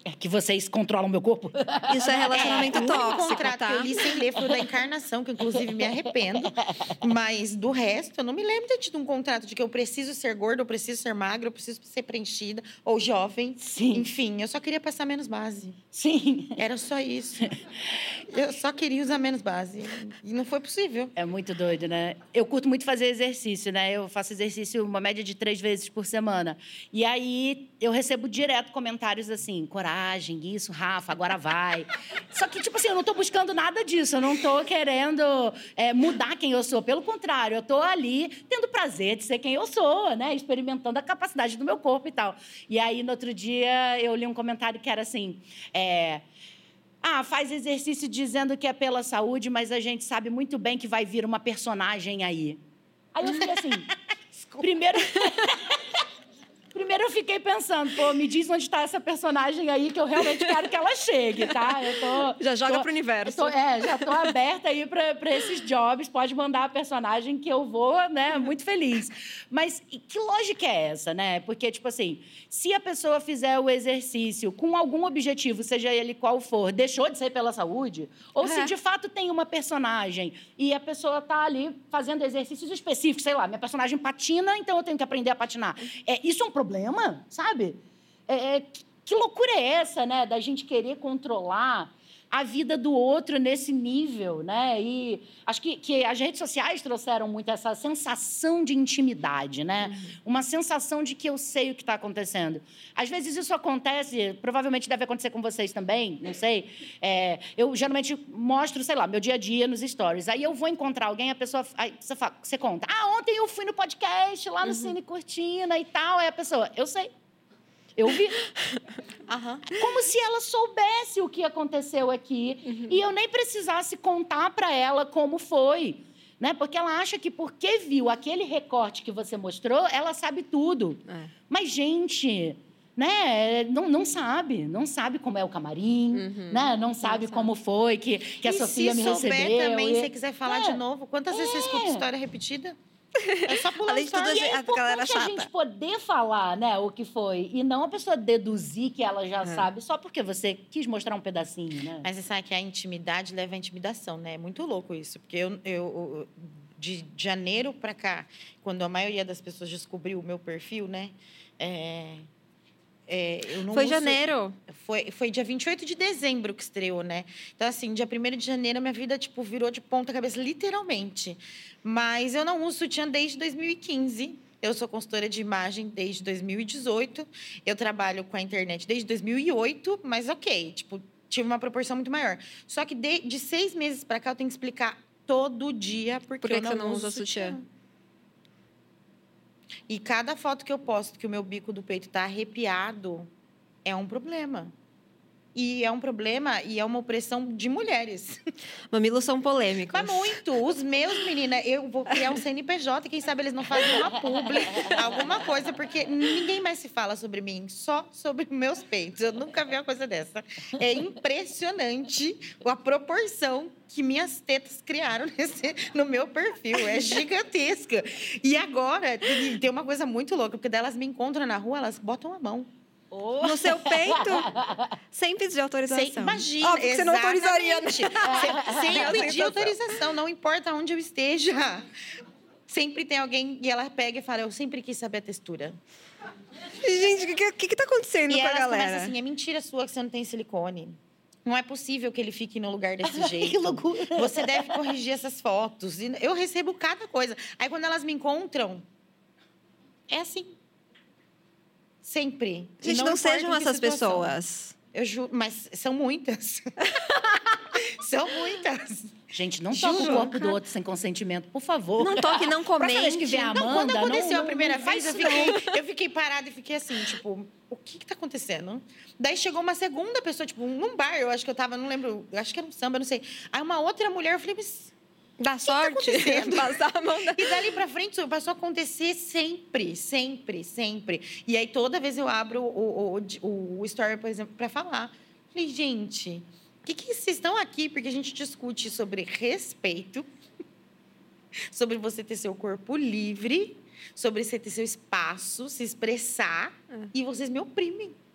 É que vocês controlam o meu corpo? Isso é relacionamento É, o único tóxico, contrato tá? que eu li sem ler foi o da encarnação, que inclusive me arrependo. Mas do resto, eu não me lembro de ter tido um contrato de que eu preciso ser gorda, eu preciso ser magra, eu preciso ser preenchida, ou jovem. Sim. Enfim, eu só queria passar menos base. Sim. Era só isso. Eu só queria usar menos base. E não foi possível. É muito doido, né? Eu curto muito fazer exercício, né? Eu faço exercício uma média de três vezes por semana. E aí eu recebo direto comentários assim, coragem, isso, Rafa, agora vai. Só que, tipo assim, eu não tô buscando nada disso. Eu não tô querendo é, mudar quem eu sou. Pelo contrário, eu tô ali tendo prazer de ser quem eu sou, né? Experimentando a capacidade do meu corpo e tal. E aí, no outro dia, eu li um comentário que era assim... É, ah, faz exercício dizendo que é pela saúde, mas a gente sabe muito bem que vai vir uma personagem aí. Aí eu fiquei assim... primeiro... Primeiro eu fiquei pensando, pô, me diz onde está essa personagem aí que eu realmente quero que ela chegue, tá? Eu tô, Já joga tô, pro universo. Tô, é, já tô aberta aí para esses jobs. Pode mandar a personagem que eu vou, né? Muito feliz. Mas que lógica é essa, né? Porque, tipo assim, se a pessoa fizer o exercício com algum objetivo, seja ele qual for, deixou de ser pela saúde, ou É. se de fato tem uma personagem e a pessoa tá ali fazendo exercícios específicos, sei lá, minha personagem patina, então eu tenho que aprender a patinar. É, isso é um problema. problema, sabe? É, que, que loucura é essa, né? Da gente querer controlar a vida do outro nesse nível, né? E acho que, que as redes sociais trouxeram muito essa sensação de intimidade, né? Uhum. Uma sensação de que eu sei o que está acontecendo. Às vezes isso acontece, provavelmente deve acontecer com vocês também, não sei. É, eu geralmente mostro, sei lá, meu dia a dia nos stories. Aí eu vou encontrar alguém, a pessoa... Aí você, fala, você conta, ah, ontem eu fui no podcast, lá no uhum. Cine Cortina e tal. Aí a pessoa, eu sei. Eu vi. Uhum. Como se ela soubesse o que aconteceu aqui uhum. e eu nem precisasse contar para ela como foi. Né? Porque ela acha que porque viu aquele recorte que você mostrou, ela sabe tudo. É. Mas, gente... Né? Não, não sabe. Não sabe como é o camarim. Uhum. Né? Não sabe não como sabe. foi que, que a e Sofia me recebeu. Se souber também, e... se você quiser falar é. de novo, quantas é. vezes você escuta história repetida? É só pular Além de tudo, e é a galera chata. A gente poder falar, né, o que foi, e não a pessoa deduzir que ela já é. sabe, só porque você quis mostrar um pedacinho, né? Mas você sabe que a intimidade leva à intimidação, né? É muito louco isso, porque eu, eu de janeiro para cá, quando a maioria das pessoas descobriu o meu perfil, né? É... É, eu não foi uso... janeiro? Foi, foi dia vinte e oito de dezembro que estreou, né? Então, assim, dia primeiro de janeiro, a minha vida, tipo, virou de ponta cabeça, literalmente. Mas eu não uso sutiã desde dois mil e quinze. Eu sou consultora de imagem desde dois mil e dezoito. Eu trabalho com a internet desde dois mil e oito, mas ok, tipo, tive uma proporção muito maior. Só que de, de seis meses para cá, eu tenho que explicar todo dia porque Por que eu não, que você não uso usa sutiã. sutiã. E cada foto que eu posto que o meu bico do peito está arrepiado é um problema. E é um problema e é uma opressão de mulheres. Mamilos são polêmicos. Mas muito. Os meus, menina, eu vou criar um C N P J, quem sabe eles não fazem uma publi, alguma coisa, porque ninguém mais se fala sobre mim, só sobre meus peitos. Eu nunca vi uma coisa dessa. É impressionante a proporção que minhas tetas criaram nesse, no meu perfil. É gigantesca. E agora, tem uma coisa muito louca, porque delas me encontram na rua, elas botam a mão. Oh. No seu peito? Sem pedir autorização. Sem, imagina, óbvio que você não autorizaria. Né? Sem, sem pedir autorização, não importa onde eu esteja. Sempre tem alguém e ela pega e fala, eu sempre quis saber a textura. Gente, o que, que, que tá acontecendo e com a galera? E elas começam assim, é mentira sua que você não tem silicone. Não é possível que ele fique no lugar desse jeito. Que loucura. Você deve corrigir essas fotos. E eu recebo cada coisa. Aí, quando elas me encontram, é assim. Sempre. Gente, não, não sejam essas situação. pessoas. Eu juro, mas são muitas. São muitas. Gente, não toque o corpo do outro sem consentimento, por favor. Não toque, não comente. Que vê a Amanda, não, quando aconteceu não, a primeira não, vez, eu fiquei, eu fiquei parada e fiquei assim, tipo, o que que tá acontecendo? Daí chegou uma segunda pessoa, tipo, num bar, eu acho que eu tava, não lembro, acho que era um samba, não sei. Aí uma outra mulher, eu falei, mas... Dá sorte. Tá passar a mão da... E dali pra frente, isso passou a acontecer sempre, sempre, sempre. E aí, toda vez eu abro o, o, o, o story, por exemplo, pra falar. Falei, gente, o que que vocês estão aqui? Porque a gente discute sobre respeito, sobre você ter seu corpo livre, sobre você ter seu espaço, se expressar, é. E vocês me oprimem.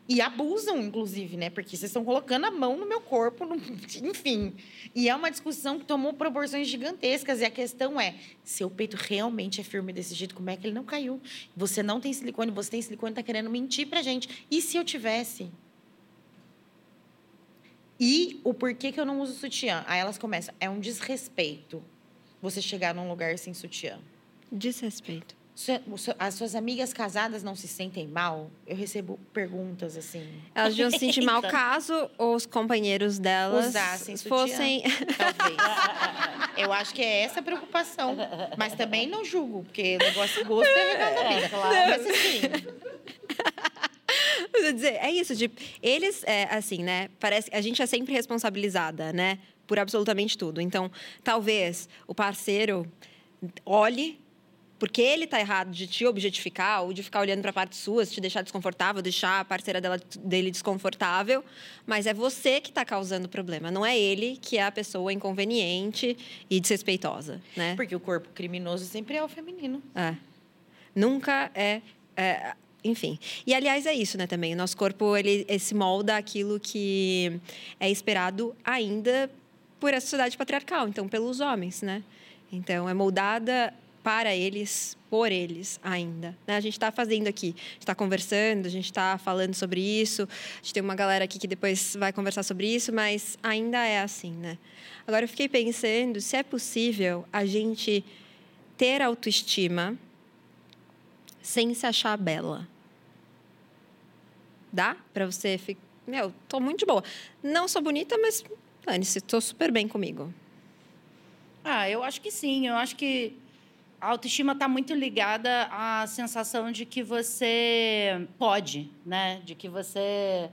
E abusam, inclusive, né? Porque vocês estão colocando a mão no meu corpo, no... enfim. E é uma discussão que tomou proporções gigantescas. E a questão é, seu peito realmente é firme desse jeito, como é que ele não caiu? Você não tem silicone, você tem silicone, tá querendo mentir pra gente. E se eu tivesse? E o porquê que eu não uso sutiã? Aí elas começam, é um desrespeito você chegar num lugar sem sutiã. Desrespeito. As suas amigas casadas não se sentem mal? Eu recebo perguntas assim. Elas deviam se sentir mal caso os companheiros delas usassem fossem... Talvez. Eu acho que é essa a preocupação. Mas também não julgo, porque o negócio de gosto é regal da vida. Claro. Mas assim... Quer dizer, é isso, de, eles, é, assim, né, parece que a gente é sempre responsabilizada, né, por absolutamente tudo. Então, talvez o parceiro olhe, porque ele tá errado de te objetificar ou de ficar olhando para partes suas, te deixar desconfortável, deixar a parceira dela, dele desconfortável, mas é você que está causando o problema, não é ele que é a pessoa inconveniente e desrespeitosa, né? Porque o corpo criminoso sempre é o feminino. É. Nunca é... é Enfim. E, aliás, é isso, né, também. O nosso corpo, ele, ele se molda aquilo que é esperado ainda por essa sociedade patriarcal. Então, pelos homens, né? Então, é moldada para eles, por eles ainda. Né? A gente está fazendo aqui, a gente está conversando, a gente está falando sobre isso. A gente tem uma galera aqui que depois vai conversar sobre isso, mas ainda é assim, né? Agora, eu fiquei pensando se é possível a gente ter autoestima sem se achar bela. Dá para você ficar... Meu, tô muito de boa. Não sou bonita, mas, dane-se, tô super bem comigo. Ah, eu acho que sim. Eu acho que a autoestima está muito ligada à sensação de que você pode, né? De que você...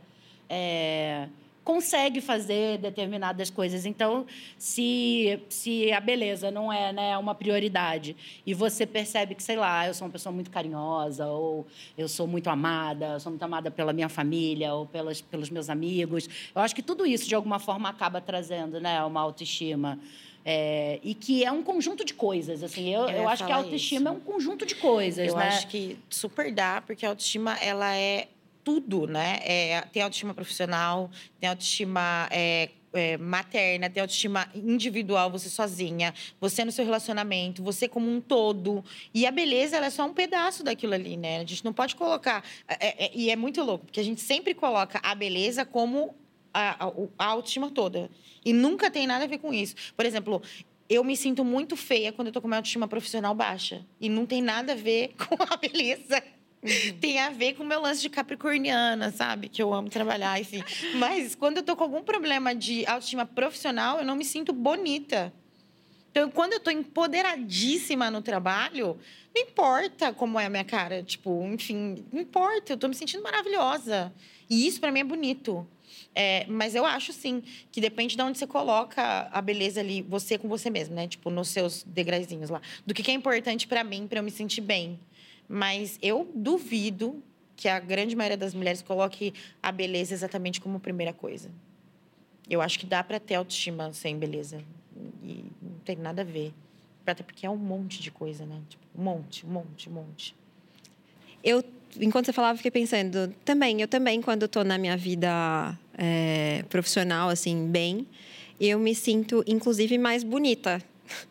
É... consegue fazer determinadas coisas. Então, se, se a beleza não é, né, uma prioridade e você percebe que, sei lá, eu sou uma pessoa muito carinhosa ou eu sou muito amada, eu sou muito amada pela minha família ou pelas, pelos meus amigos, eu acho que tudo isso, de alguma forma, acaba trazendo, né, uma autoestima. É, e que é um conjunto de coisas. Assim, eu, eu, eu acho que a autoestima isso. é um conjunto de coisas. Eu né? acho que super dá, porque a autoestima, ela é tudo, né? É, tem autoestima profissional, tem autoestima é, é, materna, tem autoestima individual, você sozinha, você no seu relacionamento, você como um todo. E a beleza, ela é só um pedaço daquilo ali, né? A gente não pode colocar... É, é, e é muito louco, porque a gente sempre coloca a beleza como a, a, a autoestima toda. E nunca tem nada a ver com isso. Por exemplo... Eu me sinto muito feia quando eu tô com uma autoestima profissional baixa. E não tem nada a ver com a beleza. Uhum. Tem a ver com o meu lance de capricorniana, sabe? Que eu amo trabalhar, enfim. Mas quando eu tô com algum problema de autoestima profissional, eu não me sinto bonita. Então, quando eu tô empoderadíssima no trabalho, não importa como é a minha cara. Tipo, enfim, não importa. Eu tô me sentindo maravilhosa. E isso, pra mim, é bonito. É, mas eu acho, sim, que depende de onde você coloca a beleza ali, você com você mesmo, né? Tipo, nos seus degraizinhos lá. Do que, que é importante pra mim, pra eu me sentir bem. Mas eu duvido que a grande maioria das mulheres coloque a beleza exatamente como primeira coisa. Eu acho que dá pra ter autoestima sem beleza. E não tem nada a ver. Até porque é um monte de coisa, né? Tipo, um monte, um monte, um monte. Eu... Enquanto você falava, eu fiquei pensando, também, eu também, quando estou na minha vida é, profissional, assim, bem, eu me sinto, inclusive, mais bonita.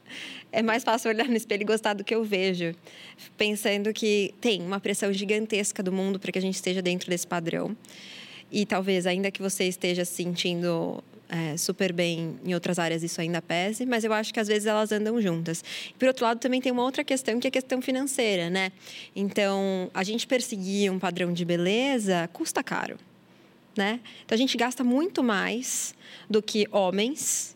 É mais fácil olhar no espelho e gostar do que eu vejo. Pensando que tem uma pressão gigantesca do mundo para que a gente esteja dentro desse padrão. E talvez, ainda que você esteja se sentindo é, super bem em outras áreas, isso ainda pese, mas eu acho que às vezes elas andam juntas. E, por outro lado, também tem uma outra questão, que é a questão financeira, né? Então, a gente perseguir um padrão de beleza custa caro, né? Então, a gente gasta muito mais do que homens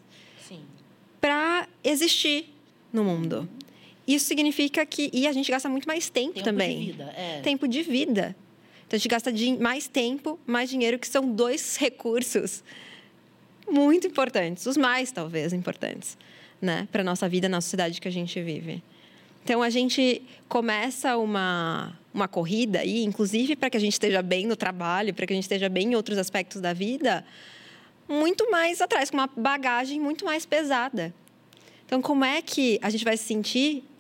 para existir no mundo. Isso significa que... E a gente gasta muito mais tempo, tempo também. Tempo de vida, é. Tempo de vida. Então, a gente gasta mais tempo, mais dinheiro, que são dois recursos muito importantes, os mais, talvez, importantes, né? Para a nossa vida, na sociedade que a gente vive. Então, a gente começa uma, uma corrida aí, inclusive para que a gente esteja bem no trabalho, para que a gente esteja bem em outros aspectos da vida, muito mais atrás, com uma bagagem muito mais pesada. Então, como é que a gente vai se sentir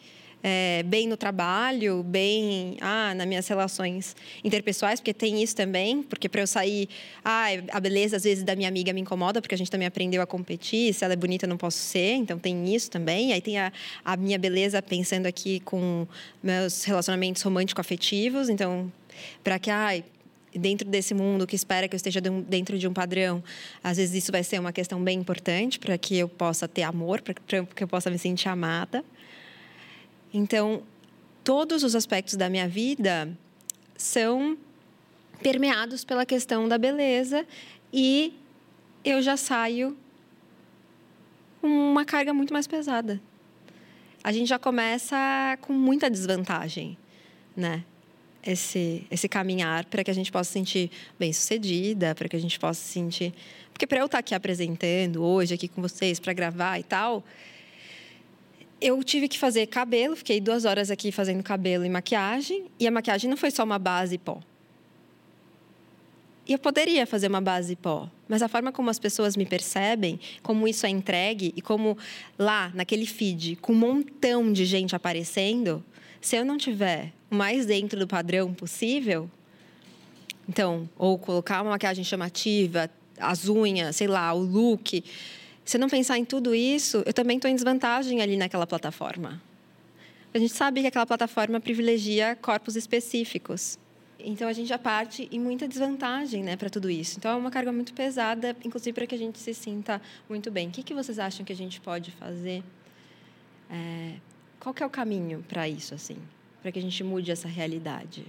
é, bem no trabalho, bem ah, nas minhas relações interpessoais, porque tem isso também, porque para eu sair, ah, a beleza às vezes da minha amiga me incomoda, porque a gente também aprendeu a competir, se ela é bonita eu não posso ser, então tem isso também. Aí tem a, a minha beleza pensando aqui com meus relacionamentos romântico-afetivos, então para que, ai, dentro desse mundo que espera que eu esteja dentro de um padrão, às vezes isso vai ser uma questão bem importante para que eu possa ter amor, para que eu possa me sentir amada. Então, todos os aspectos da minha vida são permeados pela questão da beleza e eu já saio com uma carga muito mais pesada. A gente já começa com muita desvantagem, né? Esse, esse caminhar para que a gente possa se sentir bem-sucedida, para que a gente possa se sentir... Porque para eu estar aqui apresentando hoje, aqui com vocês, para gravar e tal, eu tive que fazer cabelo, fiquei duas horas aqui fazendo cabelo e maquiagem, e a maquiagem não foi só uma base e pó. E eu poderia fazer uma base e pó, mas a forma como as pessoas me percebem, como isso é entregue e como lá, naquele feed, com um montão de gente aparecendo... Se eu não tiver o mais dentro do padrão possível, então, ou colocar uma maquiagem chamativa, as unhas, sei lá, o look, se eu não pensar em tudo isso, eu também estou em desvantagem ali naquela plataforma. A gente sabe que aquela plataforma privilegia corpos específicos. Então, a gente já parte em muita desvantagem, né, para tudo isso. Então, é uma carga muito pesada, inclusive para que a gente se sinta muito bem. O que, que vocês acham que a gente pode fazer? É... Qual que é o caminho para isso, assim? Para que a gente mude essa realidade?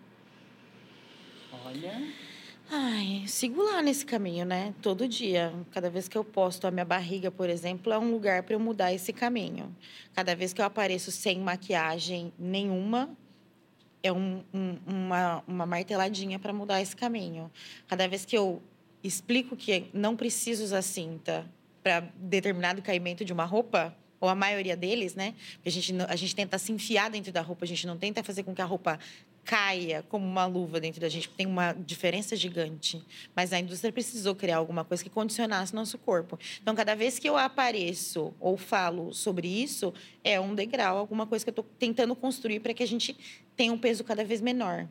Olha... Ai, sigo lá nesse caminho, né? Todo dia. Cada vez que eu posto a minha barriga, por exemplo, é um lugar para eu mudar esse caminho. Cada vez que eu apareço sem maquiagem nenhuma, é um, um, uma, uma marteladinha para mudar esse caminho. Cada vez que eu explico que não preciso usar cinta para determinado caimento de uma roupa... ou a maioria deles, né? Porque a gente, a gente tenta se enfiar dentro da roupa, a gente não tenta fazer com que a roupa caia como uma luva dentro da gente. Tem uma diferença gigante. Mas a indústria precisou criar alguma coisa que condicionasse nosso corpo. Então, cada vez que eu apareço ou falo sobre isso, é um degrau, alguma coisa que eu estou tentando construir para que a gente tenha um peso cada vez menor.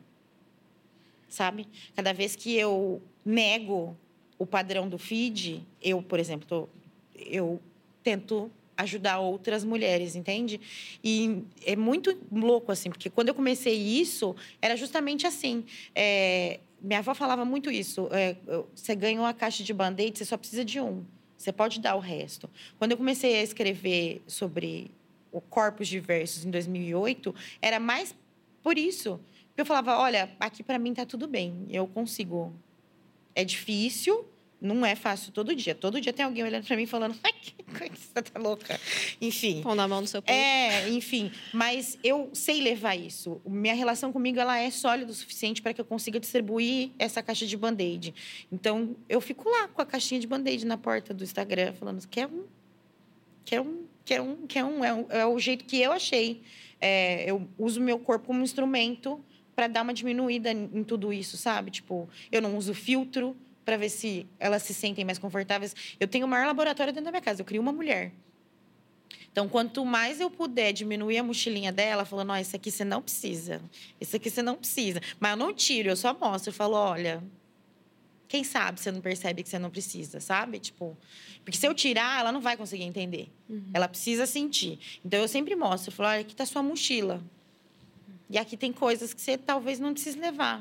Sabe? Cada vez que eu nego o padrão do feed, eu, por exemplo, tô, eu tento... ajudar outras mulheres, entende? E é muito louco, assim, porque quando eu comecei isso, era justamente assim. É, minha avó falava muito isso. É, você ganhou uma caixa de band-aid, você só precisa de um. Você pode dar o resto. Quando eu comecei a escrever sobre o Corpos Diversos em dois mil e oito, era mais por isso. Eu falava, olha, aqui para mim tá tudo bem, eu consigo. É difícil... Não é fácil todo dia. Todo dia tem alguém olhando para mim falando, ai, que coisa, você tá louca. Enfim. Pão na mão no seu peito. É, enfim. Mas eu sei levar isso. Minha relação comigo, ela é sólida o suficiente para que eu consiga distribuir essa caixa de band-aid. Então, eu fico lá com a caixinha de band-aid na porta do Instagram, falando, quer um? Quer um? Quer um? Quer um? É, um, é o jeito que eu achei. É, eu uso o meu corpo como instrumento para dar uma diminuída em, em tudo isso, sabe? Tipo, eu não uso filtro, para ver se elas se sentem mais confortáveis. Eu tenho o maior laboratório dentro da minha casa. Eu crio uma mulher. Então, quanto mais eu puder diminuir a mochilinha dela, falando, ó, oh, esse aqui você não precisa. Esse aqui você não precisa. Mas eu não tiro, eu só mostro. Eu falo, olha, quem sabe você não percebe que você não precisa, sabe? Tipo, porque se eu tirar, ela não vai conseguir entender. Uhum. Ela precisa sentir. Então, eu sempre mostro. Eu falo, olha, aqui está sua mochila. E aqui tem coisas que você talvez não precise levar.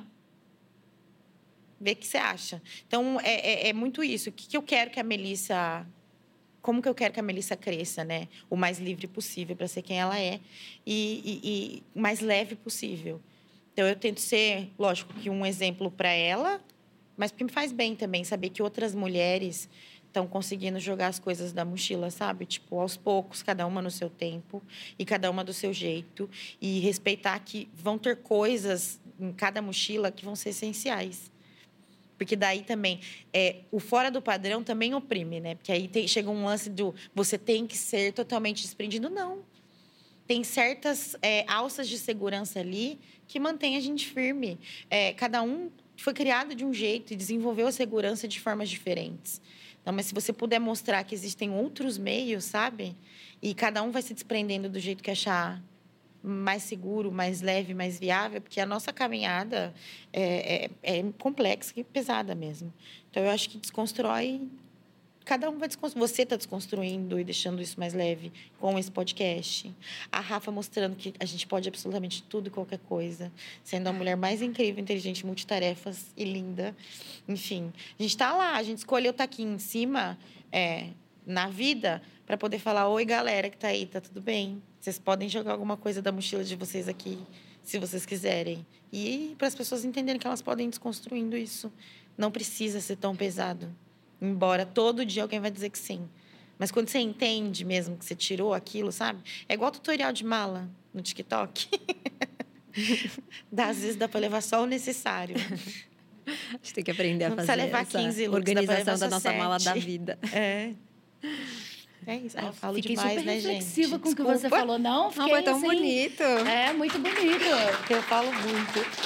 Vê o que você acha. Então, é, é, é muito isso. O que, que eu quero que a Melissa... Como que eu quero que a Melissa cresça, né? O mais livre possível para ser quem ela é. E, e, e o mais leve possível. Então, eu tento ser, lógico, que um exemplo para ela, mas porque me faz bem também saber que outras mulheres estão conseguindo jogar as coisas da mochila, sabe? Tipo, aos poucos, cada uma no seu tempo e cada uma do seu jeito. E respeitar que vão ter coisas em cada mochila que vão ser essenciais. Porque daí também, é, o fora do padrão também oprime, né? Porque aí tem, chega um lance do você tem que ser totalmente desprendido. Não. Tem certas é, alças de segurança ali que mantém a gente firme. É, cada um foi criado de um jeito e desenvolveu a segurança de formas diferentes. Então, mas se você puder mostrar que existem outros meios, sabe? E cada um vai se desprendendo do jeito que achar mais seguro, mais leve, mais viável, porque a nossa caminhada é, é, é complexa e pesada mesmo. Então, eu acho que desconstrói... Cada um vai desconstruir. Você está desconstruindo e deixando isso mais leve com esse podcast. A Rafa mostrando que a gente pode absolutamente tudo e qualquer coisa. Sendo a mulher mais incrível, inteligente, multitarefas e linda. Enfim, a gente está lá. A gente escolheu estar aqui em cima, é, na vida, para poder falar: oi, galera que está aí, tá tudo bem? Vocês podem jogar alguma coisa da mochila de vocês aqui, se vocês quiserem. E para as pessoas entenderem que elas podem ir desconstruindo isso. Não precisa ser tão pesado. Embora todo dia alguém vai dizer que sim. Mas quando você entende mesmo que você tirou aquilo, sabe? É igual tutorial de mala no TikTok. Dá, às vezes dá para levar só o necessário. A gente tem que aprender a Não fazer levar essa quinze looks, organização da nossa sete. mala da vida. É. É isso. Ah, eu falo Fiquei demais, super né, reflexiva gente? com o que Desculpa. você falou. Não, fiquei Não, foi tão assim, bonito. É, muito bonito. Eu falo muito.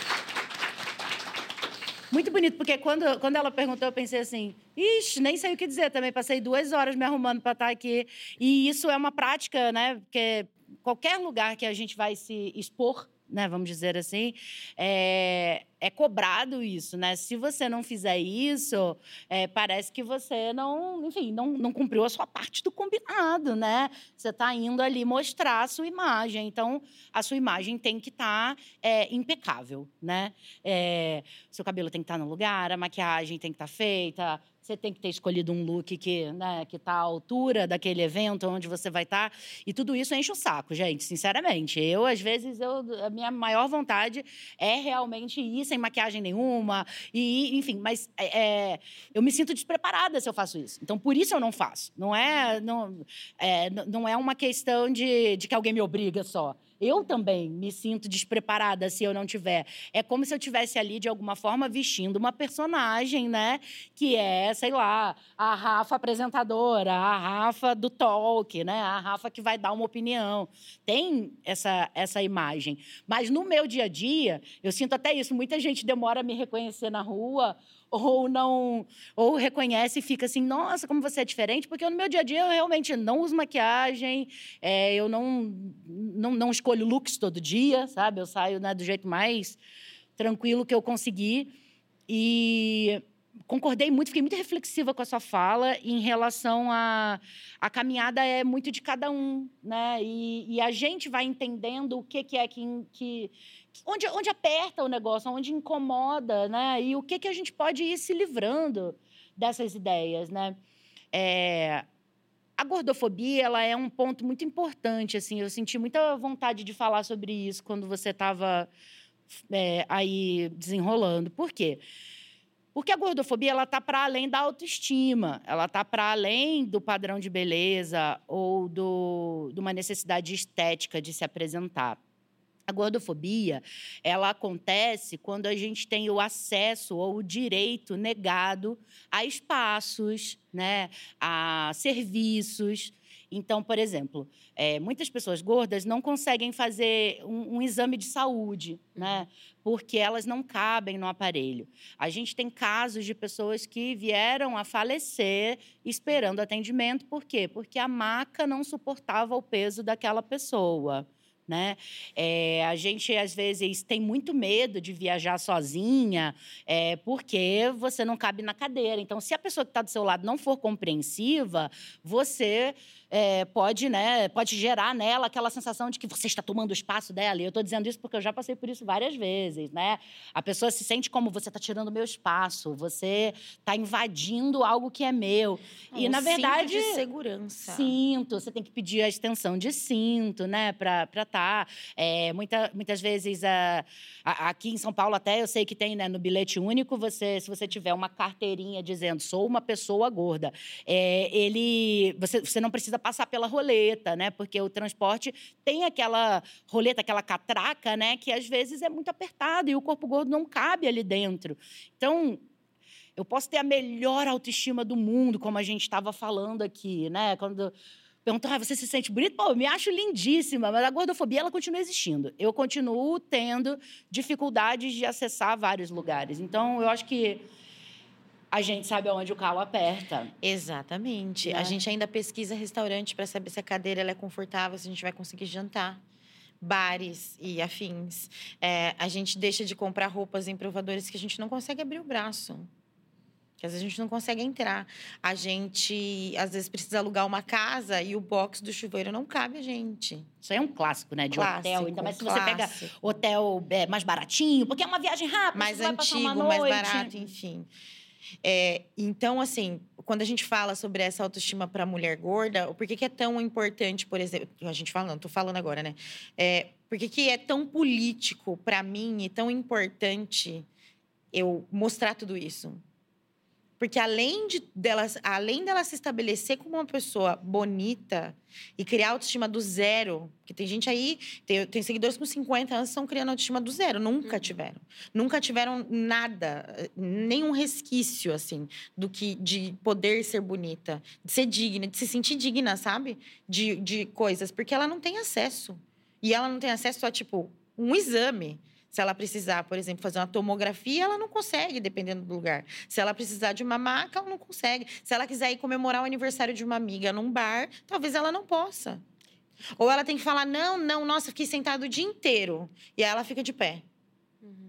Muito bonito, porque quando, quando ela perguntou, eu pensei assim, ixi, nem sei o que dizer também. Passei duas horas me arrumando para estar aqui. E isso é uma prática, né? Porque qualquer lugar que a gente vai se expor, né, vamos dizer assim, é, é cobrado isso, né? Se você não fizer isso, é, parece que você não, enfim, não, não cumpriu a sua parte do combinado, né? Você está indo ali mostrar a sua imagem, então a sua imagem tem que estar tá, é, impecável, né? É, seu cabelo tem que estar tá no lugar, a maquiagem tem que estar tá feita. Você tem que ter escolhido um look que né, que está à altura daquele evento onde você vai estar. Tá. E tudo isso enche o saco, gente, sinceramente. Eu, às vezes, eu, a minha maior vontade é realmente ir sem maquiagem nenhuma. E, enfim, mas é, eu me sinto despreparada se eu faço isso. Então, por isso eu não faço. Não é, não, é, não é uma questão de, de que alguém me obriga só. Eu também me sinto despreparada se eu não tiver. É como se eu tivesse ali, de alguma forma, vestindo uma personagem, né? Que é, sei lá, a Rafa apresentadora, a Rafa do talk, né? A Rafa que vai dar uma opinião. Tem essa, essa imagem. Mas no meu dia a dia, eu sinto até isso. Muita gente demora a me reconhecer na rua ou não, ou reconhece e fica assim, nossa, como você é diferente, porque no meu dia a dia eu realmente não uso maquiagem, é, eu não, não, não escolho looks todo dia, sabe? Eu saio né, do jeito mais tranquilo que eu conseguir. E concordei muito, fiquei muito reflexiva com a sua fala em relação a... A caminhada é muito de cada um, né? E, e a gente vai entendendo o que, que é que... que Onde, onde aperta o negócio, onde incomoda, né? E o que, que a gente pode ir se livrando dessas ideias, né? É, a gordofobia, ela é um ponto muito importante, assim. Eu senti muita vontade de falar sobre isso quando você estava é, aí desenrolando. Por quê? Porque a gordofobia, ela está para além da autoestima. Ela está para além do padrão de beleza ou do, de uma necessidade estética de se apresentar. A gordofobia, ela acontece quando a gente tem o acesso ou o direito negado a espaços, né, a serviços. Então, por exemplo, é, muitas pessoas gordas não conseguem fazer um, um exame de saúde, né, porque elas não cabem no aparelho. A gente tem casos de pessoas que vieram a falecer esperando atendimento. Por quê? Porque a maca não suportava o peso daquela pessoa. Né? É, a gente, às vezes, tem muito medo de viajar sozinha é, porque você não cabe na cadeira. Então, se a pessoa que está do seu lado não for compreensiva, você é, pode, né, pode gerar nela aquela sensação de que você está tomando o espaço dela. E eu estou dizendo isso porque eu já passei por isso várias vezes. Né? A pessoa se sente como você está tirando o meu espaço, você está invadindo algo que é meu. É e, um na verdade... cinto de segurança. Cinto, você tem que pedir a extensão de cinto, né, para estar. É, muita, muitas vezes, a, a, aqui em São Paulo até, eu sei que tem, né, no bilhete único, você, se você tiver uma carteirinha dizendo sou uma pessoa gorda, é, ele, você, você não precisa passar pela roleta, né, porque o transporte tem aquela roleta, aquela catraca, né, que às vezes é muito apertada e o corpo gordo não cabe ali dentro. Então, eu posso ter a melhor autoestima do mundo, como a gente estava falando aqui, né, quando... Perguntou, ah, você se sente bonita? Pô, eu me acho lindíssima, mas a gordofobia, ela continua existindo. Eu continuo tendo dificuldades de acessar vários lugares. Então, eu acho que a gente sabe aonde o calo aperta. Exatamente. Né? A gente ainda pesquisa restaurante para saber se a cadeira ela é confortável, se a gente vai conseguir jantar. bares e afins. É, a gente deixa de comprar roupas em provadores que a gente não consegue abrir o braço. Que às vezes a gente não consegue entrar. A gente, às vezes, precisa alugar uma casa e o box do chuveiro não cabe a gente. Isso aí é um clássico, né? De Clássico, hotel. Ainda mais se clássico. você pega hotel é, mais baratinho, porque é uma viagem rápida. Mais você vai passar uma antigo, mais noite. barato, enfim. É, então, assim, quando a gente fala sobre essa autoestima para a mulher gorda, por que, que é tão importante, por exemplo... A gente fala, não, tô falando agora, né? É, por que, que é tão político para mim e tão importante eu mostrar tudo isso? Porque além, de, dela, além dela se estabelecer como uma pessoa bonita e criar autoestima do zero, porque tem gente aí, tem, tem seguidores com cinquenta anos que estão criando autoestima do zero, nunca tiveram. Nunca tiveram nada, nenhum resquício, assim, do que de poder ser bonita, de ser digna, de se sentir digna, sabe? De, de coisas, porque ela não tem acesso. E ela não tem acesso a, tipo, um exame. Se ela precisar, por exemplo, fazer uma tomografia, ela não consegue, dependendo do lugar. Se ela precisar de uma maca, ela não consegue. Se ela quiser ir comemorar o aniversário de uma amiga num bar, talvez ela não possa. Ou ela tem que falar, não, não, nossa, fiquei sentada o dia inteiro. E aí ela fica de pé. Uhum.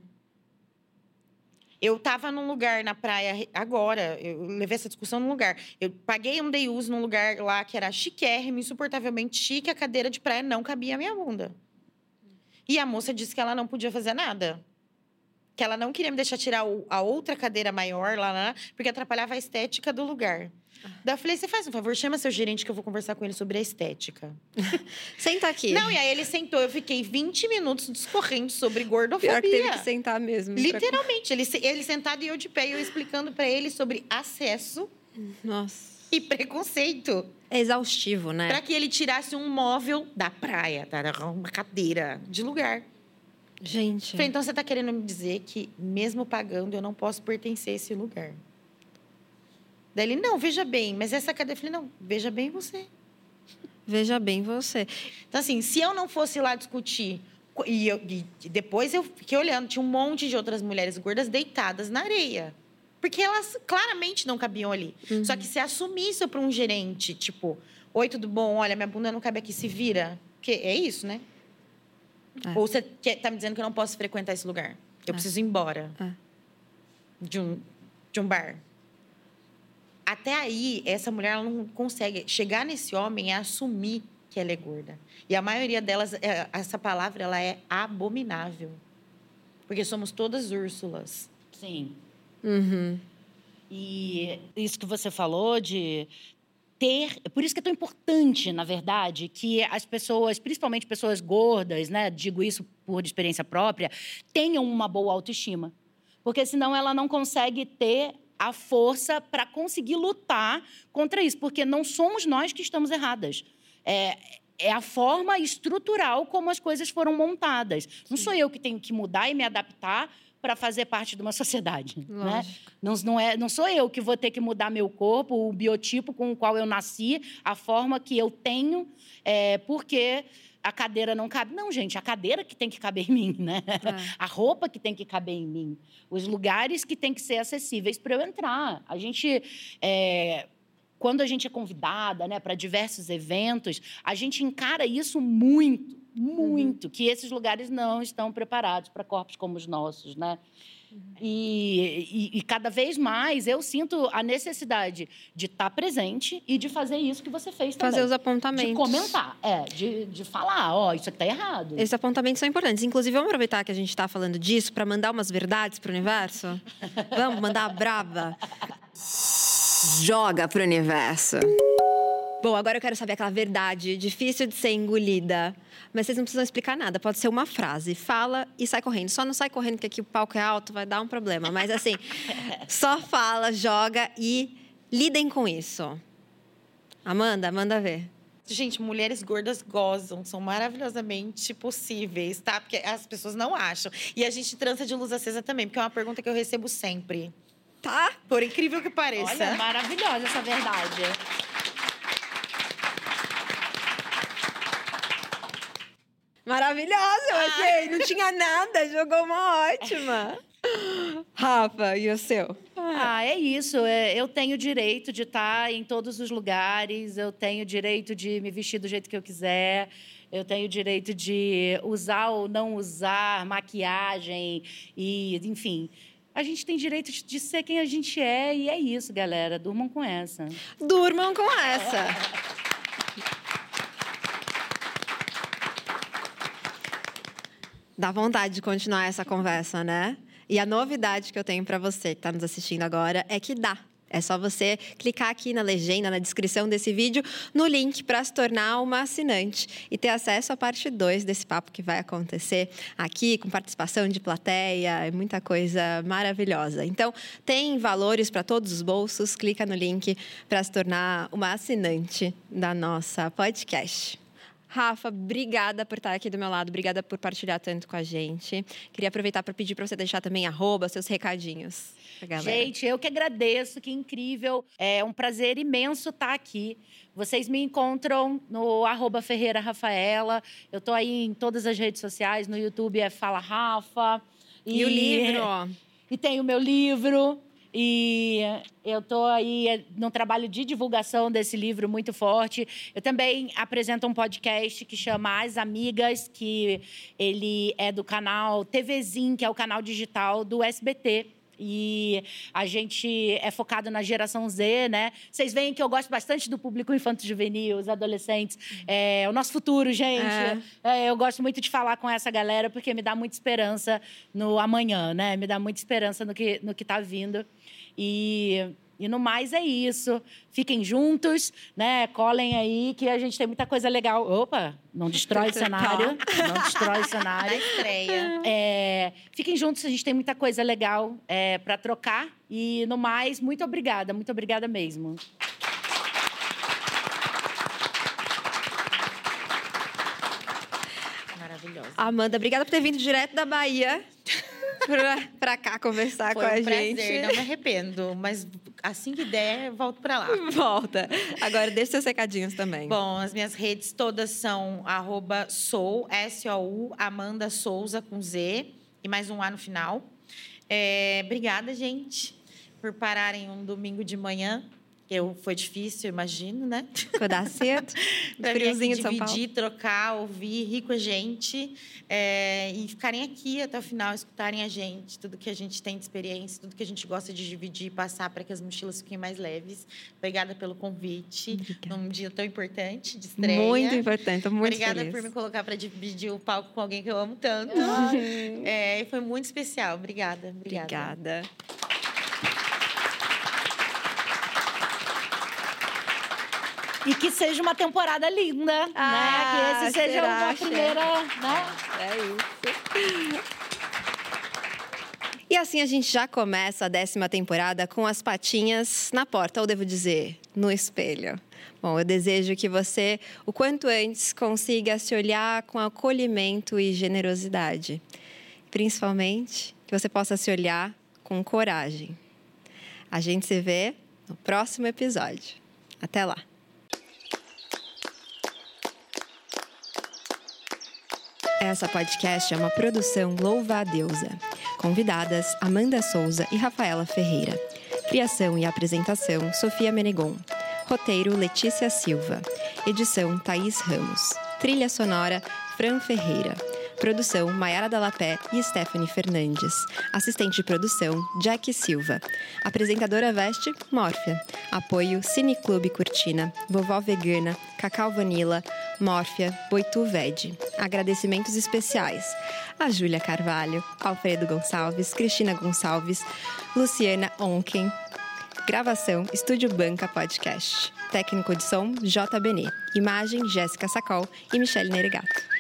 Eu estava num lugar na praia agora, eu levei essa discussão num lugar. Eu paguei um day use num lugar lá que era chiquérrimo, insuportavelmente chique, a cadeira de praia não cabia a minha bunda. E a moça disse que ela não podia fazer nada. Que ela não queria me deixar tirar a outra cadeira maior lá, lá porque atrapalhava a estética do lugar. Ah. Daí eu falei, você faz um favor, chama seu gerente que eu vou conversar com ele sobre a estética. Senta aqui. Não, e aí ele sentou, eu fiquei vinte minutos discorrendo sobre gordofobia. Pior que teve que sentar mesmo. Literalmente, ele, ele sentado e eu de pé, e eu explicando pra ele sobre acesso. Nossa. E preconceito. É exaustivo, né? Para que ele tirasse um móvel da praia, tá? Uma cadeira de lugar. Gente. Falei, então você está querendo me dizer que, mesmo pagando, eu não posso pertencer a esse lugar? Daí ele, não, veja bem, mas essa cadeira... Eu falei, não, veja bem você. Veja bem você. Então, assim, se eu não fosse lá discutir... E, eu, e depois eu fiquei olhando, tinha um monte de outras mulheres gordas deitadas na areia. Porque elas claramente não cabiam ali. Uhum. Só que se assumir isso para um gerente, tipo... Oi, tudo bom? Olha, minha bunda não cabe aqui, se vira. Porque é isso, né? É. Ou você quer, tá me dizendo que eu não posso frequentar esse lugar. Eu é. preciso ir embora. É. De, um, de um bar. Até aí, essa mulher ela não consegue... Chegar nesse homem é assumir que ela é gorda. E a maioria delas... É, essa palavra, ela é abominável. Porque somos todas Úrsulas. Sim. Uhum. E isso que você falou de ter... Por isso que é tão importante, na verdade, que as pessoas, principalmente pessoas gordas, né, digo isso por experiência própria, tenham uma boa autoestima. Porque senão ela não consegue ter a força para conseguir lutar contra isso. Porque não somos nós que estamos erradas. É... É a forma estrutural como as coisas foram montadas. Sim. Não sou eu que tenho que mudar e me adaptar para fazer parte de uma sociedade, né? Não, não, é, não sou eu que vou ter que mudar meu corpo, o biotipo com o qual eu nasci, a forma que eu tenho, é, porque a cadeira não cabe. Não, gente, a cadeira que tem que caber em mim, né? É. A roupa que tem que caber em mim. Os lugares que têm que ser acessíveis para eu entrar. A gente... É, quando a gente é convidada, né, para diversos eventos, a gente encara isso muito, muito, uhum. que esses lugares não estão preparados para corpos como os nossos, né? Uhum. E, e, e cada vez mais eu sinto a necessidade de estar presente e de fazer isso que você fez também. Fazer os apontamentos. De comentar, é, de, de falar, ó, oh, isso aqui está errado. Esses apontamentos são importantes. Inclusive, vamos aproveitar que a gente está falando disso para mandar umas verdades para o universo? Vamos mandar a braba? Joga pro universo. Bom, agora eu quero saber aquela verdade difícil de ser engolida. Mas vocês não precisam explicar nada. Pode ser uma frase. Fala e sai correndo. Só não sai correndo, porque aqui o palco é alto, vai dar um problema. Mas assim, só fala, joga e lidem com isso. Amanda, manda ver. Gente, mulheres gordas gozam, são maravilhosamente possíveis, tá? Porque as pessoas não acham. E a gente trança de luz acesa também, porque é uma pergunta que eu recebo sempre. Tá? Por incrível que pareça. Olha, maravilhosa essa verdade. Maravilhosa, eu achei. Não tinha nada, jogou uma ótima. Rafa, e o seu? Ah, é isso. Eu tenho direito de estar em todos os lugares, eu tenho direito de me vestir do jeito que eu quiser. eu tenho o direito de usar ou não usar maquiagem e, enfim... A gente tem direito de ser quem a gente é e é isso, galera. Durmam com essa. Durmam com essa. Dá vontade de continuar essa conversa, né? E a novidade que eu tenho para você que está nos assistindo agora é que dá. É só você clicar aqui na legenda, na descrição desse vídeo, no link para se tornar uma assinante e ter acesso à parte dois desse papo que vai acontecer aqui, com participação de plateia, muita coisa maravilhosa. Então, tem valores para todos os bolsos, clica no link para se tornar uma assinante da nossa podcast. Rafa, obrigada por estar aqui do meu lado, obrigada por partilhar tanto com a gente. Queria aproveitar para pedir para você deixar também arroba, seus recadinhos. Gente, eu que agradeço, que incrível. É um prazer imenso estar aqui. Vocês me encontram no arroba Ferreira Rafaela. Eu tô aí em todas as redes sociais, no YouTube é Fala Rafa. E, e o livro, ó. E tem o meu livro. E eu estou aí num trabalho de divulgação desse livro muito forte. Eu também apresento um podcast que chama As Amigas, que ele é do canal TVzinho, que é o canal digital do S B T. E a gente é focado na geração Z, né? Vocês veem que eu gosto bastante do público infanto-juvenil, os adolescentes. É o nosso futuro, gente. É. É, eu gosto muito de falar com essa galera, porque me dá muita esperança no amanhã, né? Me dá muita esperança no que, no que tá vindo. E... E no mais é isso. Fiquem juntos, né? Colhem aí que a gente tem muita coisa legal. Opa, não destrói o cenário. Não destrói o cenário. Na estreia. É, fiquem juntos, a gente tem muita coisa legal é, para trocar. E no mais, muito obrigada. Muito obrigada mesmo. Maravilhosa. Amanda, obrigada por ter vindo direto da Bahia pra, pra cá conversar Foi com a um gente. Prazer, não me arrependo, mas assim que der, volto pra lá. Volta. Agora, deixa seus recadinhos também. Bom, as minhas redes todas são arroba sou, S O U, Amanda Souza, com Z, e mais um A no final. É, obrigada, gente, por pararem um domingo de manhã. Eu, foi difícil, eu imagino, né? Acordar cedo, friozinho de São Paulo. Dividir, trocar, ouvir, rir com a gente. É, e ficarem aqui até o final, escutarem a gente. Tudo que a gente tem de experiência, tudo que a gente gosta de dividir e passar para que as mochilas fiquem mais leves. Obrigada pelo convite. Obrigada. Num dia tão importante, de estreia. Muito importante, estou muito Obrigada feliz. por me colocar para dividir o palco com alguém que eu amo tanto. É, foi muito especial. Obrigada. Obrigada. Obrigada. E que seja uma temporada linda, ah, né? Que esse seja será, uma primeira, né? É isso. E assim a gente já começa a décima temporada com as patinhas na porta, ou devo dizer, no espelho. Bom, eu desejo que você, o quanto antes, consiga se olhar com acolhimento e generosidade. Principalmente, que você possa se olhar com coragem. A gente se vê no próximo episódio. Até lá! Essa podcast é uma produção Louva a Deusa. Convidadas Amanda Souza e Rafaela Ferreira. Criação e apresentação Sofia Menegon. Roteiro Letícia Silva. Edição Thaís Ramos. Trilha sonora Fran Ferreira. Produção Maiara Dalapé e Stephanie Fernandes. Assistente de produção Jack Silva. Apresentadora Veste Mórfia. Apoio Cineclube Cortina, Vovó Vegana, Cacau Vanilla, Mórfia, Boitu Vede. Agradecimentos especiais a Júlia Carvalho, Alfredo Gonçalves, Cristina Gonçalves, Luciana Onken. Gravação Estúdio Banca Podcast. Técnico de som J. Benê. Imagem Jéssica Sacol e Michele Neregato.